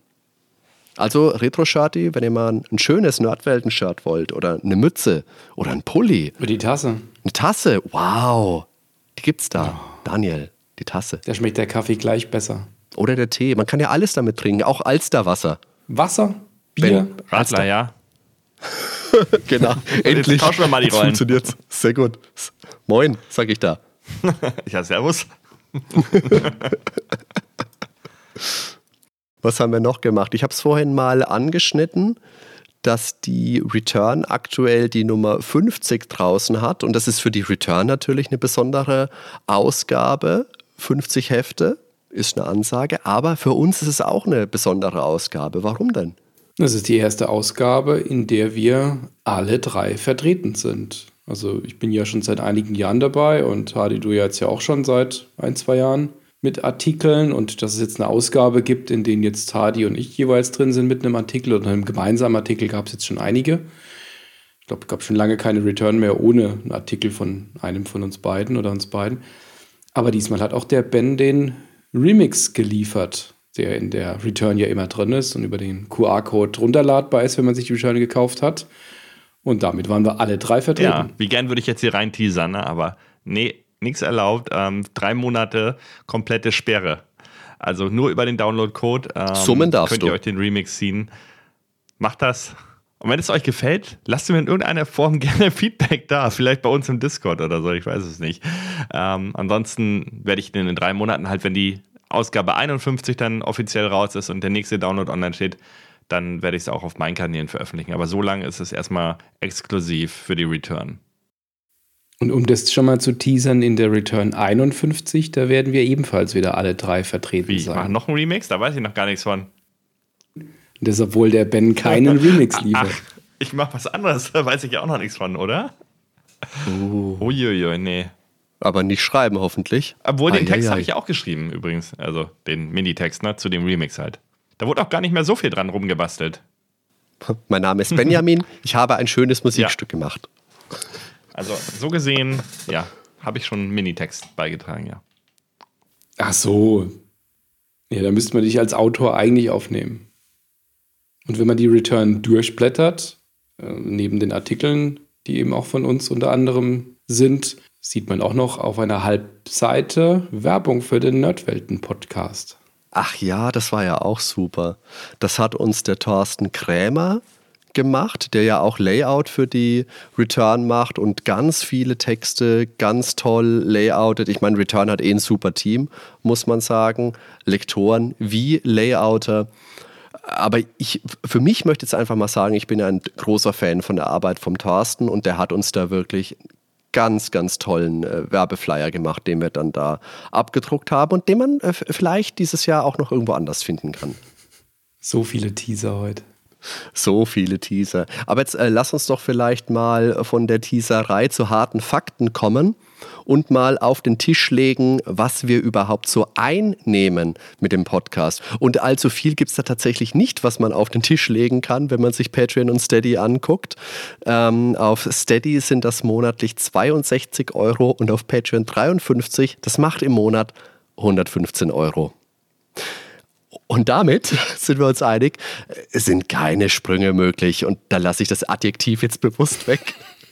Also Retro-Shirty, wenn ihr mal ein schönes Nerdwelten-Shirt wollt oder eine Mütze oder ein Pulli. Oder die Tasse. Eine Tasse, wow, die gibt's da. Oh. Daniel, die Tasse. Da schmeckt der Kaffee gleich besser. Oder der Tee, man kann ja alles damit trinken, auch Alsterwasser. Wasser, Bier, wenn, Radler, ja. Genau, endlich tauschen wir mal die Rollen. Funktioniert's. Sehr gut. Moin, sag ich da. Ja, servus. Was haben wir noch gemacht? Ich habe es vorhin mal angeschnitten, dass die Return aktuell die Nummer fünfzig draußen hat. Und das ist für die Return natürlich eine besondere Ausgabe. fünfzig Hefte ist eine Ansage. Aber für uns ist es auch eine besondere Ausgabe. Warum denn? Das ist die erste Ausgabe, in der wir alle drei vertreten sind. Also ich bin ja schon seit einigen Jahren dabei und Hardy, du ja jetzt ja auch schon seit ein, zwei Jahren mit Artikeln, und dass es jetzt eine Ausgabe gibt, in denen jetzt Hardy und ich jeweils drin sind mit einem Artikel oder einem gemeinsamen Artikel, gab es jetzt schon einige. Ich glaube, es gab schon lange keine Return mehr ohne einen Artikel von einem von uns beiden oder uns beiden. Aber diesmal hat auch der Ben den Remix geliefert, der in der Return ja immer drin ist und über den Q R-Code runterladbar ist, wenn man sich die Return gekauft hat. Und damit waren wir alle drei vertreten. Ja, wie gern würde ich jetzt hier rein teasern, ne? Aber nee, nichts erlaubt. Ähm, drei Monate komplette Sperre. Also nur über den Download-Code ähm, Summen darfst könnt du. ihr euch den Remix ziehen. Macht das. Und wenn es euch gefällt, lasst mir in irgendeiner Form gerne Feedback da. Vielleicht bei uns im Discord oder so, ich weiß es nicht. Ähm, ansonsten werde ich in den drei Monaten halt, wenn die Ausgabe einundfünfzig dann offiziell raus ist und der nächste Download online steht, dann werde ich es auch auf meinen Kanälen veröffentlichen. Aber so lange ist es erstmal exklusiv für die Return. Und um das schon mal zu teasern, in der Return einundfünfzig, da werden wir ebenfalls wieder alle drei vertreten Wie, sein. machen noch einen Remix? Da weiß ich noch gar nichts von. Das, obwohl der Ben keinen Remix liefert. Ach, ich mach was anderes, da weiß ich ja auch noch nichts von, oder? Uh. Uiuiui, nee. Aber nicht schreiben, hoffentlich. Obwohl, den Ai, Text ai, habe ai. ich ja auch geschrieben, übrigens. Also den Minitext, ne, zu dem Remix halt. Da wurde auch gar nicht mehr so viel dran rumgebastelt. Mein Name ist Benjamin. Ich habe ein schönes Musikstück Ja. gemacht. Also so gesehen, ja, habe ich schon einen Minitext beigetragen, ja. Ach so. Ja, da müsste man dich als Autor eigentlich aufnehmen. Und wenn man die Return durchblättert, äh, neben den Artikeln, die eben auch von uns unter anderem sind, sieht man auch noch auf einer Halbseite Werbung für den Nerdwelten-Podcast. Ach ja, das war ja auch super. Das hat uns der Thorsten Krämer gemacht, der ja auch Layout für die Return macht und ganz viele Texte ganz toll layoutet. Ich meine, Return hat eh ein super Team, muss man sagen. Lektoren wie Layouter. Aber ich, für mich möchte ich jetzt einfach mal sagen, ich bin ja ein großer Fan von der Arbeit vom Thorsten und der hat uns da wirklich ganz, ganz tollen äh, Werbeflyer gemacht, den wir dann da abgedruckt haben und den man äh, vielleicht dieses Jahr auch noch irgendwo anders finden kann. So viele Teaser heute. So viele Teaser. Aber jetzt äh, lass uns doch vielleicht mal von der Teaserei zu harten Fakten kommen und mal auf den Tisch legen, was wir überhaupt so einnehmen mit dem Podcast. Und allzu viel gibt es da tatsächlich nicht, was man auf den Tisch legen kann, wenn man sich Patreon und Steady anguckt. Ähm, auf Steady sind das monatlich zweiundsechzig Euro und auf Patreon dreiundfünfzig. Das macht im Monat hundertfünfzehn Euro. Und damit sind wir uns einig, es sind keine Sprünge möglich. Und da lasse ich das Adjektiv jetzt bewusst weg.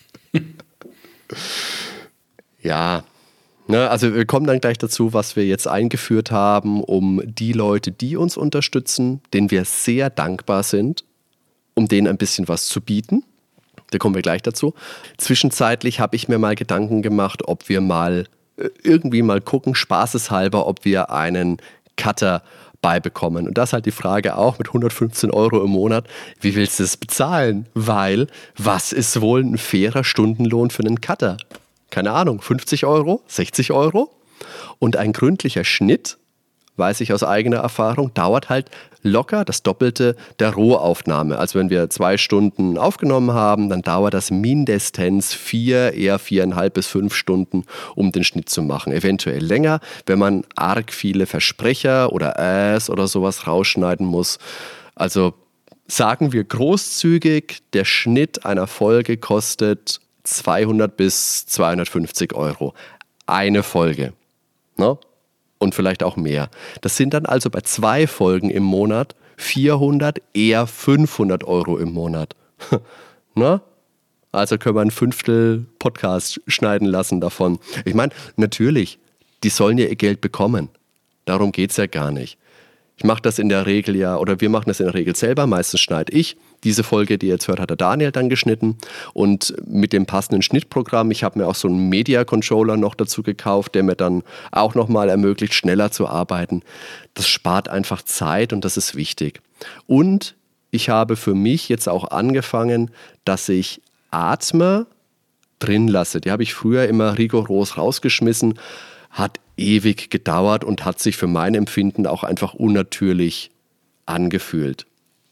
Ja, ne, also wir kommen dann gleich dazu, was wir jetzt eingeführt haben, um die Leute, die uns unterstützen, denen wir sehr dankbar sind, um denen ein bisschen was zu bieten. Da kommen wir gleich dazu. Zwischenzeitlich habe ich mir mal Gedanken gemacht, ob wir mal äh, irgendwie mal gucken, spaßeshalber, ob wir einen Cutter beibekommen. Und das ist halt die Frage auch mit hundertfünfzehn Euro im Monat, wie willst du es bezahlen? Weil, was ist wohl ein fairer Stundenlohn für einen Cutter? Keine Ahnung, fünfzig Euro, sechzig Euro? Und ein gründlicher Schnitt, weiß ich aus eigener Erfahrung, dauert halt locker das Doppelte der Rohaufnahme. Also wenn wir zwei Stunden aufgenommen haben, dann dauert das mindestens vier, eher viereinhalb bis fünf Stunden, um den Schnitt zu machen. Eventuell länger, wenn man arg viele Versprecher oder Äs oder sowas rausschneiden muss. Also sagen wir großzügig, der Schnitt einer Folge kostet zweihundert bis zweihundertfünfzig Euro. Eine Folge. Ne? Und vielleicht auch mehr. Das sind dann also bei zwei Folgen im Monat vierhundert, eher fünfhundert Euro im Monat. Na? Also können wir ein Fünftel Podcast schneiden lassen davon. Ich meine, natürlich, die sollen ja ihr Geld bekommen. Darum geht es ja gar nicht. Ich mache das in der Regel ja, oder wir machen das in der Regel selber. Meistens schneide ich. Diese Folge, die ihr jetzt hört, hat der Daniel dann geschnitten. Und mit dem passenden Schnittprogramm, ich habe mir auch so einen Media-Controller noch dazu gekauft, der mir dann auch nochmal ermöglicht, schneller zu arbeiten. Das spart einfach Zeit und das ist wichtig. Und ich habe für mich jetzt auch angefangen, dass ich Atme drin lasse. Die habe ich früher immer rigoros rausgeschmissen. Hat ewig gedauert und hat sich für mein Empfinden auch einfach unnatürlich angefühlt.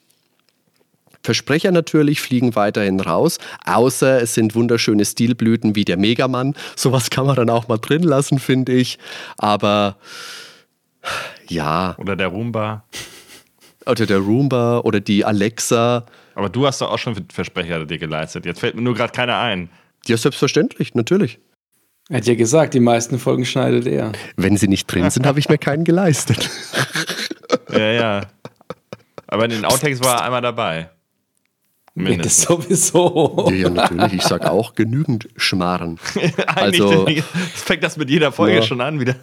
Versprecher natürlich fliegen weiterhin raus, außer es sind wunderschöne Stilblüten wie der Megaman. Sowas kann man dann auch mal drin lassen, finde ich. Aber ja. Oder der Roomba. Oder der Roomba oder die Alexa. Aber du hast doch auch schon Versprecher dir geleistet. Jetzt fällt mir nur gerade keiner ein. Ja, selbstverständlich, natürlich. Er hat ja gesagt, die meisten Folgen schneidet er. Wenn sie nicht drin sind, habe ich mir keinen geleistet. Ja, ja. Aber in den Outtakes war er einmal dabei. Ja, das sowieso. Ja, ja, natürlich. Ich sage auch genügend Schmarren. Also fängt das mit jeder Folge ja. schon an wieder.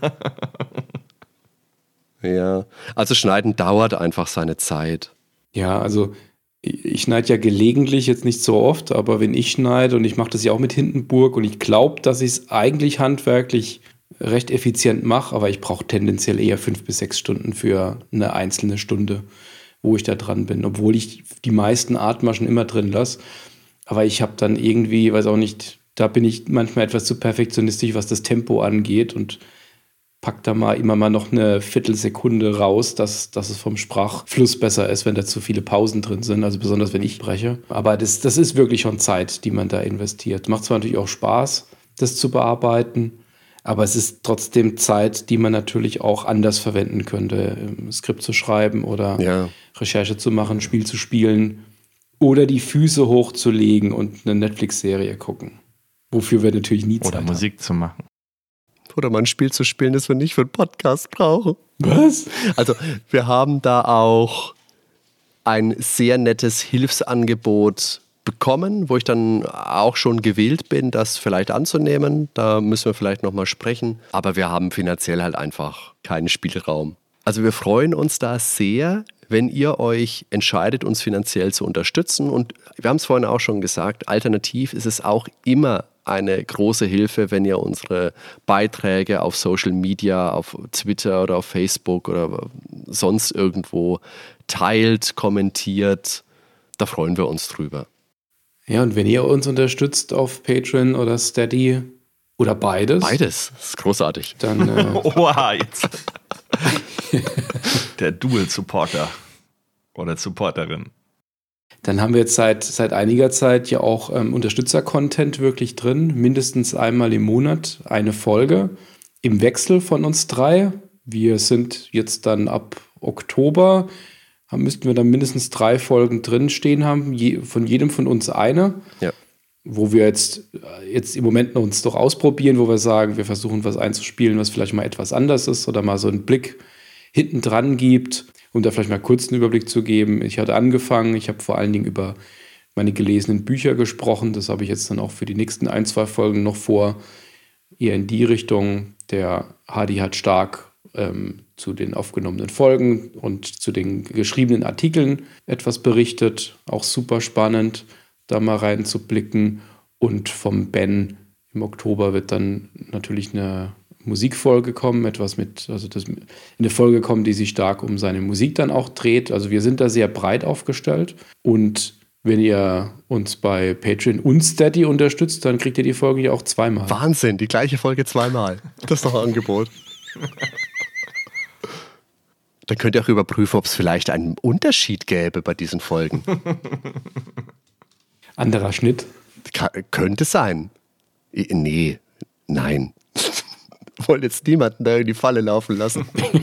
Ja, also Schneiden dauert einfach seine Zeit. Ja, also ich, ich schneide ja gelegentlich, jetzt nicht so oft, aber wenn ich schneide und ich mache das ja auch mit Hindenburg und ich glaube, dass ich es eigentlich handwerklich recht effizient mache, aber ich brauche tendenziell eher fünf bis sechs Stunden für eine einzelne Stunde, wo ich da dran bin, obwohl ich die meisten Atmer schon immer drin lasse. Aber ich habe dann irgendwie, weiß auch nicht, Da bin ich manchmal etwas zu perfektionistisch, was das Tempo angeht und pack da mal immer mal noch eine Viertelsekunde raus, dass, dass es vom Sprachfluss besser ist, wenn da zu viele Pausen drin sind, also besonders wenn ich spreche. Aber das, das ist wirklich schon Zeit, die man da investiert. Macht zwar natürlich auch Spaß, das zu bearbeiten, aber es ist trotzdem Zeit, die man natürlich auch anders verwenden könnte. Ein Skript zu schreiben oder ja. Recherche zu machen, ein Spiel zu spielen oder die Füße hochzulegen und eine Netflix-Serie gucken. Wofür wir natürlich nie Zeit haben. Oder Musik zu machen. Oder mal ein Spiel zu spielen, das wir nicht für einen Podcast brauchen. Was? Also wir haben da auch ein sehr nettes Hilfsangebot bekommen, wo ich dann auch schon gewillt bin, das vielleicht anzunehmen. Da müssen wir vielleicht nochmal sprechen. Aber wir haben finanziell halt einfach keinen Spielraum. Also wir freuen uns da sehr, wenn ihr euch entscheidet, uns finanziell zu unterstützen. Und wir haben es vorhin auch schon gesagt, alternativ ist es auch immer eine große Hilfe, wenn ihr unsere Beiträge auf Social Media, auf Twitter oder auf Facebook oder sonst irgendwo teilt, kommentiert. Da freuen wir uns drüber. Ja, und wenn ihr uns unterstützt auf Patreon oder Steady oder beides. Beides, das ist großartig. Dann, äh Oha, jetzt. Der Dual-Supporter oder Supporterin. Dann haben wir jetzt seit, seit einiger Zeit ja auch ähm, Unterstützer-Content wirklich drin. Mindestens einmal im Monat eine Folge im Wechsel von uns drei. Wir sind jetzt dann ab Oktober, haben, müssten wir dann mindestens drei Folgen drin stehen haben, je, von jedem von uns eine. Ja. Wo wir jetzt, jetzt im Moment noch uns doch ausprobieren, wo wir sagen, wir versuchen was einzuspielen, was vielleicht mal etwas anders ist oder mal so einen Blick hinten dran gibt. Um da vielleicht mal kurz einen Überblick zu geben. Ich hatte angefangen, ich habe vor allen Dingen über meine gelesenen Bücher gesprochen. Das habe ich jetzt dann auch für die nächsten ein, zwei Folgen noch vor. Eher in die Richtung. Der Hardy hat stark ähm, zu den aufgenommenen Folgen und zu den geschriebenen Artikeln etwas berichtet. Auch super spannend, da mal reinzublicken. Und vom Ben im Oktober wird dann natürlich eine Musikfolge kommen, etwas mit, also das, eine Folge kommen, die sich stark um seine Musik dann auch dreht. Also wir sind da sehr breit aufgestellt und wenn ihr uns bei Patreon und Steady unterstützt, dann kriegt ihr die Folge ja auch zweimal. Wahnsinn, die gleiche Folge zweimal. Das ist doch ein Angebot. Dann könnt ihr auch überprüfen, ob es vielleicht einen Unterschied gäbe bei diesen Folgen. Anderer Schnitt? Ka- könnte sein. I- nee, nein. Wollen jetzt niemanden da in die Falle laufen lassen.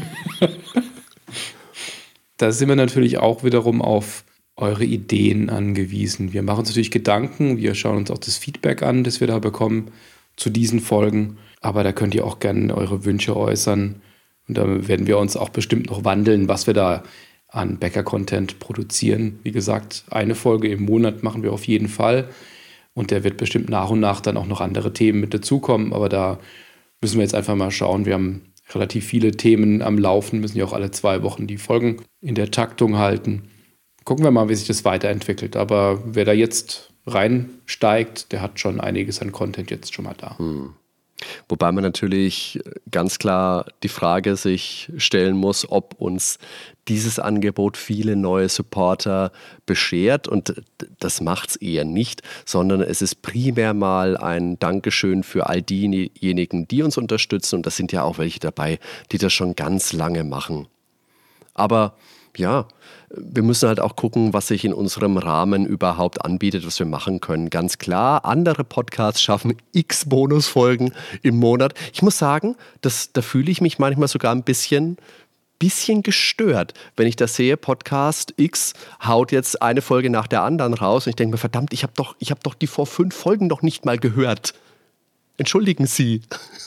Da sind wir natürlich auch wiederum auf eure Ideen angewiesen. Wir machen uns natürlich Gedanken, wir schauen uns auch das Feedback an, das wir da bekommen zu diesen Folgen. Aber da könnt ihr auch gerne eure Wünsche äußern. Und da werden wir uns auch bestimmt noch wandeln, was wir da an Bäcker-Content produzieren. Wie gesagt, eine Folge im Monat machen wir auf jeden Fall. Und der wird bestimmt nach und nach dann auch noch andere Themen mit dazukommen. Aber da müssen wir jetzt einfach mal schauen. Wir haben relativ viele Themen am Laufen, müssen ja auch alle zwei Wochen die Folgen in der Taktung halten. Gucken wir mal, wie sich das weiterentwickelt. Aber wer da jetzt reinsteigt, der hat schon einiges an Content jetzt schon mal da. Hm. Wobei man natürlich ganz klar die Frage sich stellen muss, ob uns dieses Angebot viele neue Supporter beschert. Und das macht es eher nicht, sondern es ist primär mal ein Dankeschön für all diejenigen, die uns unterstützen. Und da sind ja auch welche dabei, die das schon ganz lange machen. Aber ja, wir müssen halt auch gucken, was sich in unserem Rahmen überhaupt anbietet, was wir machen können. Ganz klar, andere Podcasts schaffen x Bonusfolgen im Monat. Ich muss sagen, das, da fühle ich mich manchmal sogar ein bisschen, bisschen gestört, wenn ich das sehe, Podcast X haut jetzt eine Folge nach der anderen raus und ich denke mir, verdammt, ich habe doch, ich hab doch die vor fünf Folgen noch nicht mal gehört. Entschuldigen Sie.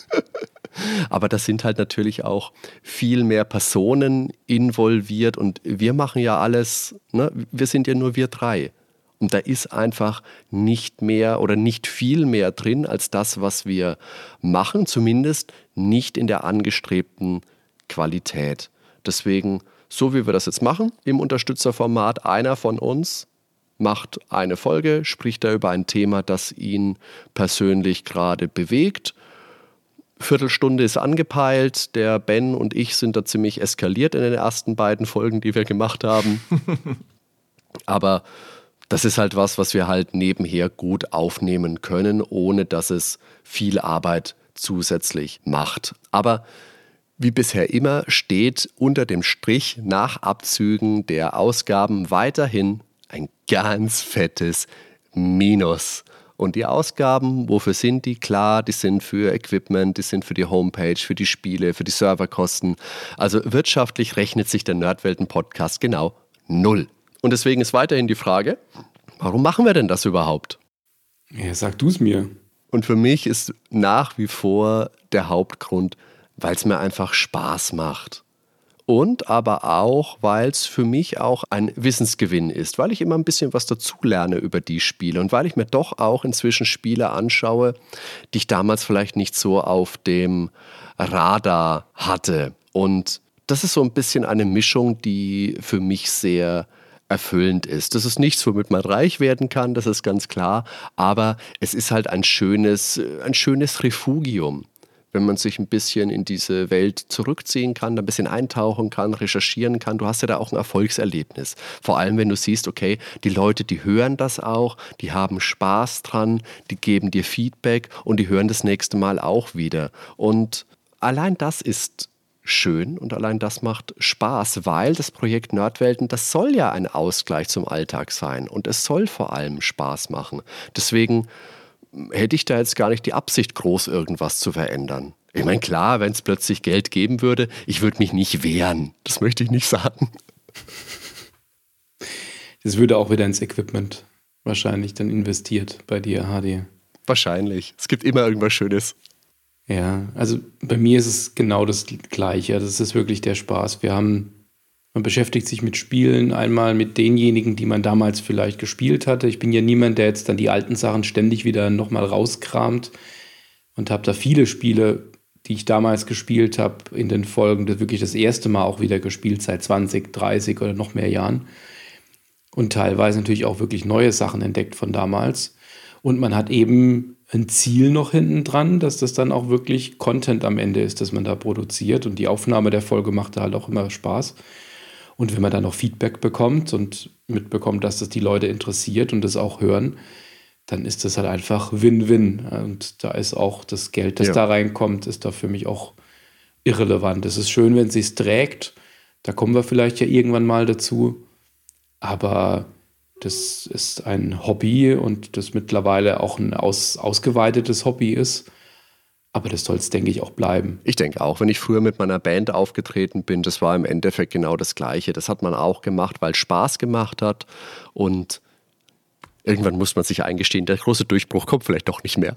Aber da sind halt natürlich auch viel mehr Personen involviert und wir machen ja alles, ne? Wir sind ja nur wir drei. Und da ist einfach nicht mehr oder nicht viel mehr drin als das, was wir machen, zumindest nicht in der angestrebten Qualität. Deswegen, so wie wir das jetzt machen, im Unterstützerformat, einer von uns macht eine Folge, spricht da über ein Thema, das ihn persönlich gerade bewegt. Viertelstunde ist angepeilt. Der Ben und ich sind da ziemlich eskaliert in den ersten beiden Folgen, die wir gemacht haben. Aber das ist halt was, was wir halt nebenher gut aufnehmen können, ohne dass es viel Arbeit zusätzlich macht. Aber wie bisher immer steht unter dem Strich nach Abzügen der Ausgaben weiterhin ein ganz fettes Minus. Und die Ausgaben, wofür sind die? Klar, die sind für Equipment, die sind für die Homepage, für die Spiele, für die Serverkosten. Also wirtschaftlich rechnet sich der Nerdwelten-Podcast genau null. Und deswegen ist weiterhin die Frage, warum machen wir denn das überhaupt? Ja, sag du es mir. Und für mich ist nach wie vor der Hauptgrund, weil es mir einfach Spaß macht. Und aber auch, weil es für mich auch ein Wissensgewinn ist, weil ich immer ein bisschen was dazulerne über die Spiele und weil ich mir doch auch inzwischen Spiele anschaue, die ich damals vielleicht nicht so auf dem Radar hatte. Und das ist so ein bisschen eine Mischung, die für mich sehr erfüllend ist. Das ist nichts, womit man reich werden kann, das ist ganz klar, aber es ist halt ein schönes, ein schönes Refugium, wenn man sich ein bisschen in diese Welt zurückziehen kann, ein bisschen eintauchen kann, recherchieren kann. Du hast ja da auch ein Erfolgserlebnis. Vor allem, wenn du siehst, okay, die Leute, die hören das auch, die haben Spaß dran, die geben dir Feedback und die hören das nächste Mal auch wieder. Und allein das ist schön und allein das macht Spaß, weil das Projekt Nerdwelten, das soll ja ein Ausgleich zum Alltag sein und es soll vor allem Spaß machen. Deswegen hätte ich da jetzt gar nicht die Absicht, groß irgendwas zu verändern. Ich meine, klar, wenn es plötzlich Geld geben würde, ich würde mich nicht wehren. Das möchte ich nicht sagen. Das würde auch wieder ins Equipment wahrscheinlich dann investiert bei dir, H D. Wahrscheinlich. Es gibt immer irgendwas Schönes. Ja, also bei mir ist es genau das Gleiche. Das ist wirklich der Spaß. Wir haben, man beschäftigt sich mit Spielen, einmal mit denjenigen, die man damals vielleicht gespielt hatte. Ich bin ja niemand, der jetzt dann die alten Sachen ständig wieder nochmal rauskramt und habe da viele Spiele, die ich damals gespielt habe, in den Folgen, das wirklich das erste Mal auch wieder gespielt, seit zwanzig, dreißig oder noch mehr Jahren. Und teilweise natürlich auch wirklich neue Sachen entdeckt von damals. Und man hat eben ein Ziel noch hinten dran, dass das dann auch wirklich Content am Ende ist, das man da produziert. Und die Aufnahme der Folge macht da halt auch immer Spaß. Und wenn man dann noch Feedback bekommt und mitbekommt, dass das die Leute interessiert und das auch hören, dann ist das halt einfach Win-Win. Und da ist auch das Geld, das ja. da reinkommt, ist da für mich auch irrelevant. Es ist schön, wenn es sich trägt. Da kommen wir vielleicht ja irgendwann mal dazu. Aber das ist ein Hobby und das mittlerweile auch ein aus, ausgeweitetes Hobby ist. Aber das soll es, denke ich, auch bleiben. Ich denke auch, wenn ich früher mit meiner Band aufgetreten bin, das war im Endeffekt genau das Gleiche. Das hat man auch gemacht, weil es Spaß gemacht hat. Und irgendwann muss man sich eingestehen, der große Durchbruch kommt vielleicht doch nicht mehr.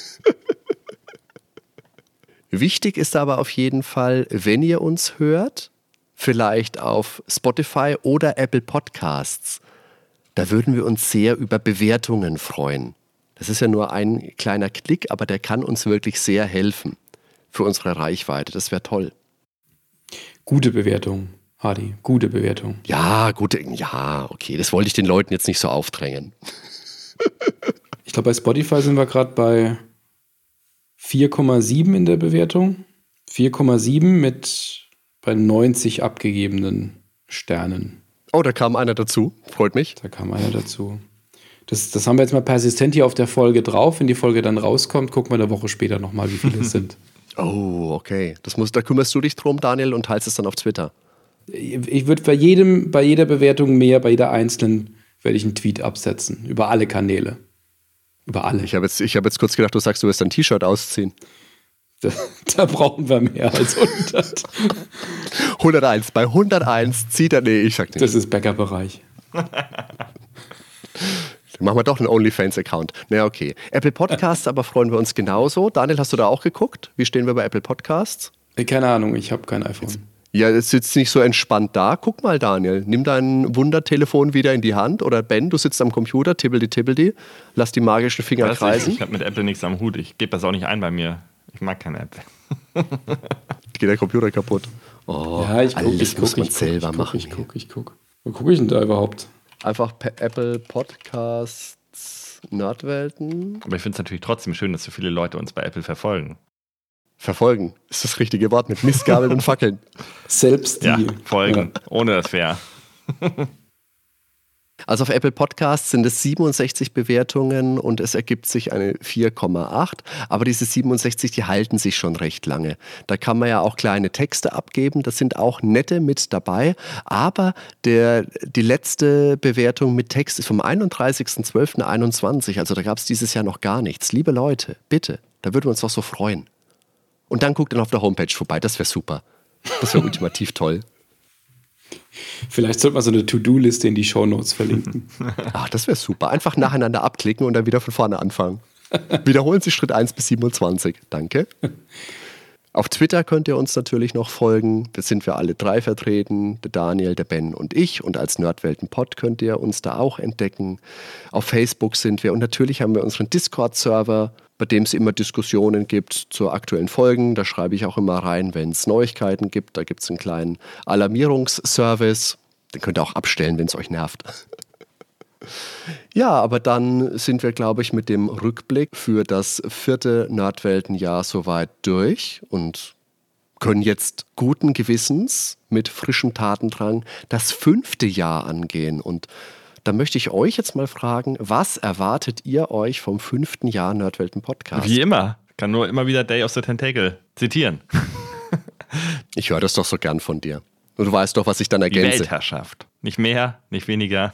Wichtig ist aber auf jeden Fall, wenn ihr uns hört, vielleicht auf Spotify oder Apple Podcasts, da würden wir uns sehr über Bewertungen freuen. Das ist ja nur ein kleiner Klick, aber der kann uns wirklich sehr helfen für unsere Reichweite. Das wäre toll. Gute Bewertung, Hardy, gute Bewertung. Ja, gute, ja, okay. Das wollte ich den Leuten jetzt nicht so aufdrängen. Ich glaube, bei Spotify sind wir gerade bei vier Komma sieben in der Bewertung. vier Komma sieben mit bei neunzig abgegebenen Sternen. Oh, da kam einer dazu. Freut mich. Da kam einer dazu. Das, das haben wir jetzt mal persistent hier auf der Folge drauf. Wenn die Folge dann rauskommt, gucken wir eine Woche später nochmal, wie viele es sind. Oh, okay. Das muss, da kümmerst du dich drum, Daniel, und teilst es dann auf Twitter. Ich würde bei jedem, bei jeder Bewertung mehr, bei jeder einzelnen werde ich einen Tweet absetzen. Über alle Kanäle. Über alle. Ich habe jetzt, ich hab jetzt kurz gedacht, du sagst, du wirst dein T-Shirt ausziehen. Da, da brauchen wir mehr als hundert. hunderteins. Bei hunderteins zieht er, nee, ich sag nicht. Das ist Bäckerbereich. Dann machen wir doch einen OnlyFans-Account. Naja, okay. Apple Podcasts, aber freuen wir uns genauso. Daniel, hast du da auch geguckt? Wie stehen wir bei Apple Podcasts? Keine Ahnung, ich habe kein iPhone. Ja, jetzt sitzt nicht so entspannt da. Guck mal, Daniel, nimm dein Wundertelefon wieder in die Hand. Oder Ben, du sitzt am Computer, tibbeldi, tibbeldi. Lass die magischen Finger Weiß kreisen. Ich, ich habe mit Apple nichts am Hut. Ich gebe das auch nicht ein bei mir. Ich mag keine Apple. Geht der Computer kaputt? Oh, ja, ich guck, alles ich guck, muss man ich guck, selber ich machen. Ich guck, ich guck. Wo gucke ich denn da überhaupt? Einfach per Apple Podcasts Nerdwelten. Aber ich finde es natürlich trotzdem schön, dass so viele Leute uns bei Apple verfolgen. Verfolgen ist das richtige Wort mit Mistgabeln und Fackeln. Selbst die. Ja, folgen, Ja. ohne das wäre. Also auf Apple Podcasts sind es siebenundsechzig Bewertungen und es ergibt sich eine vier Komma acht. Aber diese siebenundsechzig, die halten sich schon recht lange. Da kann man ja auch kleine Texte abgeben. Das sind auch nette mit dabei. Aber der, die letzte Bewertung mit Text ist vom einunddreißigsten zwölften einundzwanzig. Also da gab es dieses Jahr noch gar nichts. Liebe Leute, bitte, da würden wir uns doch so freuen. Und dann guckt dann auf der Homepage vorbei. Das wäre super. Das wäre ultimativ toll. Vielleicht sollte man so eine To-Do-Liste in die Shownotes verlinken. Ach, das wäre super. Einfach nacheinander abklicken und dann wieder von vorne anfangen. Wiederholen Sie Schritt eins bis siebenundzwanzig. Danke. Auf Twitter könnt ihr uns natürlich noch folgen. Da sind wir alle drei vertreten. Der Daniel, der Ben und ich. Und als Nerdwelten-Pod könnt ihr uns da auch entdecken. Auf Facebook sind wir. Und natürlich haben wir unseren Discord-Server, bei dem es immer Diskussionen gibt zu aktuellen Folgen. Da schreibe ich auch immer rein, wenn es Neuigkeiten gibt. Da gibt es einen kleinen Alarmierungsservice. Den könnt ihr auch abstellen, wenn es euch nervt. Ja, aber dann sind wir, glaube ich, mit dem Rückblick für das vierte Nerdweltenjahr soweit durch und können jetzt guten Gewissens mit frischem Tatendrang das fünfte Jahr angehen. Und da möchte ich euch jetzt mal fragen, was erwartet ihr euch vom fünften Jahr Nerdwelten-Podcast? Wie immer. Kann nur immer wieder Day of the Tentacle zitieren. Ich höre das doch so gern von dir. Und du weißt doch, was ich dann ergänze. Die Weltherrschaft. Nicht mehr, nicht weniger.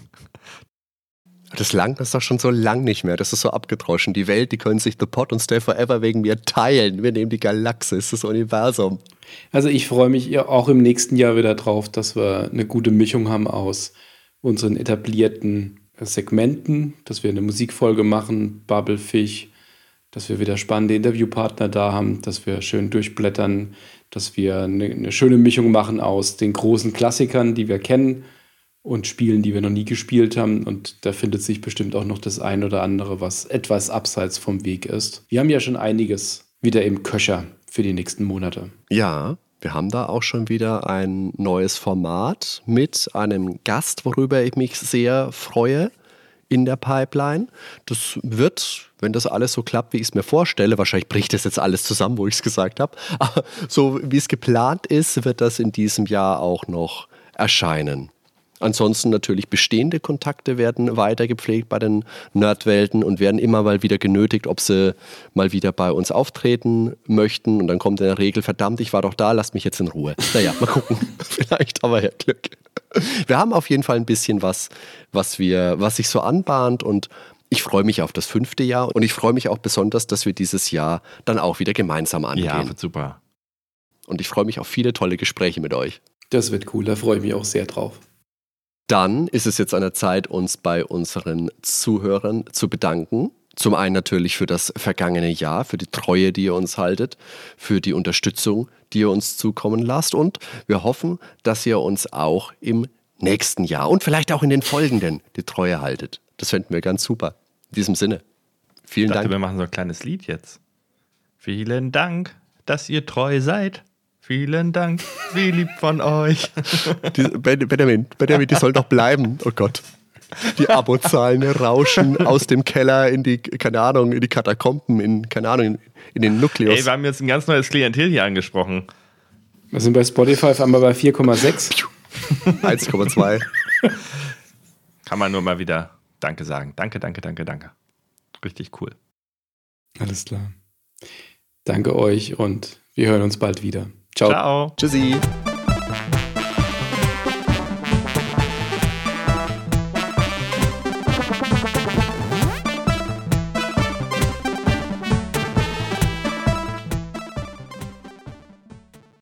Das lang, das ist doch schon so lang nicht mehr. Das ist so abgedroschen. Die Welt, die können sich The Pod und Stay Forever wegen mir teilen. Wir nehmen die Galaxis, das Universum. Also ich freue mich ja auch im nächsten Jahr wieder drauf, dass wir eine gute Mischung haben aus unseren etablierten Segmenten, dass wir eine Musikfolge machen, Bubblefish, dass wir wieder spannende Interviewpartner da haben, dass wir schön durchblättern, dass wir eine, eine schöne Mischung machen aus den großen Klassikern, die wir kennen, und Spielen, die wir noch nie gespielt haben. Und da findet sich bestimmt auch noch das ein oder andere, was etwas abseits vom Weg ist. Wir haben ja schon einiges wieder im Köcher für die nächsten Monate. Ja, wir haben da auch schon wieder ein neues Format mit einem Gast, worüber ich mich sehr freue, in der Pipeline. Das wird, wenn das alles so klappt, wie ich es mir vorstelle, wahrscheinlich bricht das jetzt alles zusammen, wo ich es gesagt habe, aber so wie es geplant ist, wird das in diesem Jahr auch noch erscheinen. Ansonsten natürlich bestehende Kontakte werden weiter gepflegt bei den Nerdwelten und werden immer mal wieder genötigt, ob sie mal wieder bei uns auftreten möchten. Und dann kommt in der Regel, verdammt, ich war doch da, lasst mich jetzt in Ruhe. Naja, mal gucken. Vielleicht haben wir ja Glück. Wir haben auf jeden Fall ein bisschen was, was, wir, was sich so anbahnt und ich freue mich auf das fünfte Jahr und ich freue mich auch besonders, dass wir dieses Jahr dann auch wieder gemeinsam angehen. Ja, wird super. Und ich freue mich auf viele tolle Gespräche mit euch. Das wird cool, da freue ich mich auch sehr drauf. Dann ist es jetzt an der Zeit, uns bei unseren Zuhörern zu bedanken. Zum einen natürlich für das vergangene Jahr, für die Treue, die ihr uns haltet, für die Unterstützung, die ihr uns zukommen lasst. Und wir hoffen, dass ihr uns auch im nächsten Jahr und vielleicht auch in den folgenden die Treue haltet. Das fänden wir ganz super. In diesem Sinne, vielen ich dachte, Dank. Wir machen so ein kleines Lied jetzt. Vielen Dank, dass ihr treu seid. Vielen Dank, wie lieb von euch. Die, Benjamin, Benjamin, die soll doch bleiben. Oh Gott. Die Abozahlen rauschen aus dem Keller in die, keine Ahnung, in die Katakomben, in, keine Ahnung, in den Nukleus. Ey, wir haben jetzt ein ganz neues Klientel hier angesprochen. Wir sind bei Spotify auf einmal bei vier Komma sechs. eins Komma zwei. Kann man nur mal wieder Danke sagen. Danke, danke, danke, danke. Richtig cool. Alles klar. Danke euch und wir hören uns bald wieder. Ciao. Ciao. Tschüssi.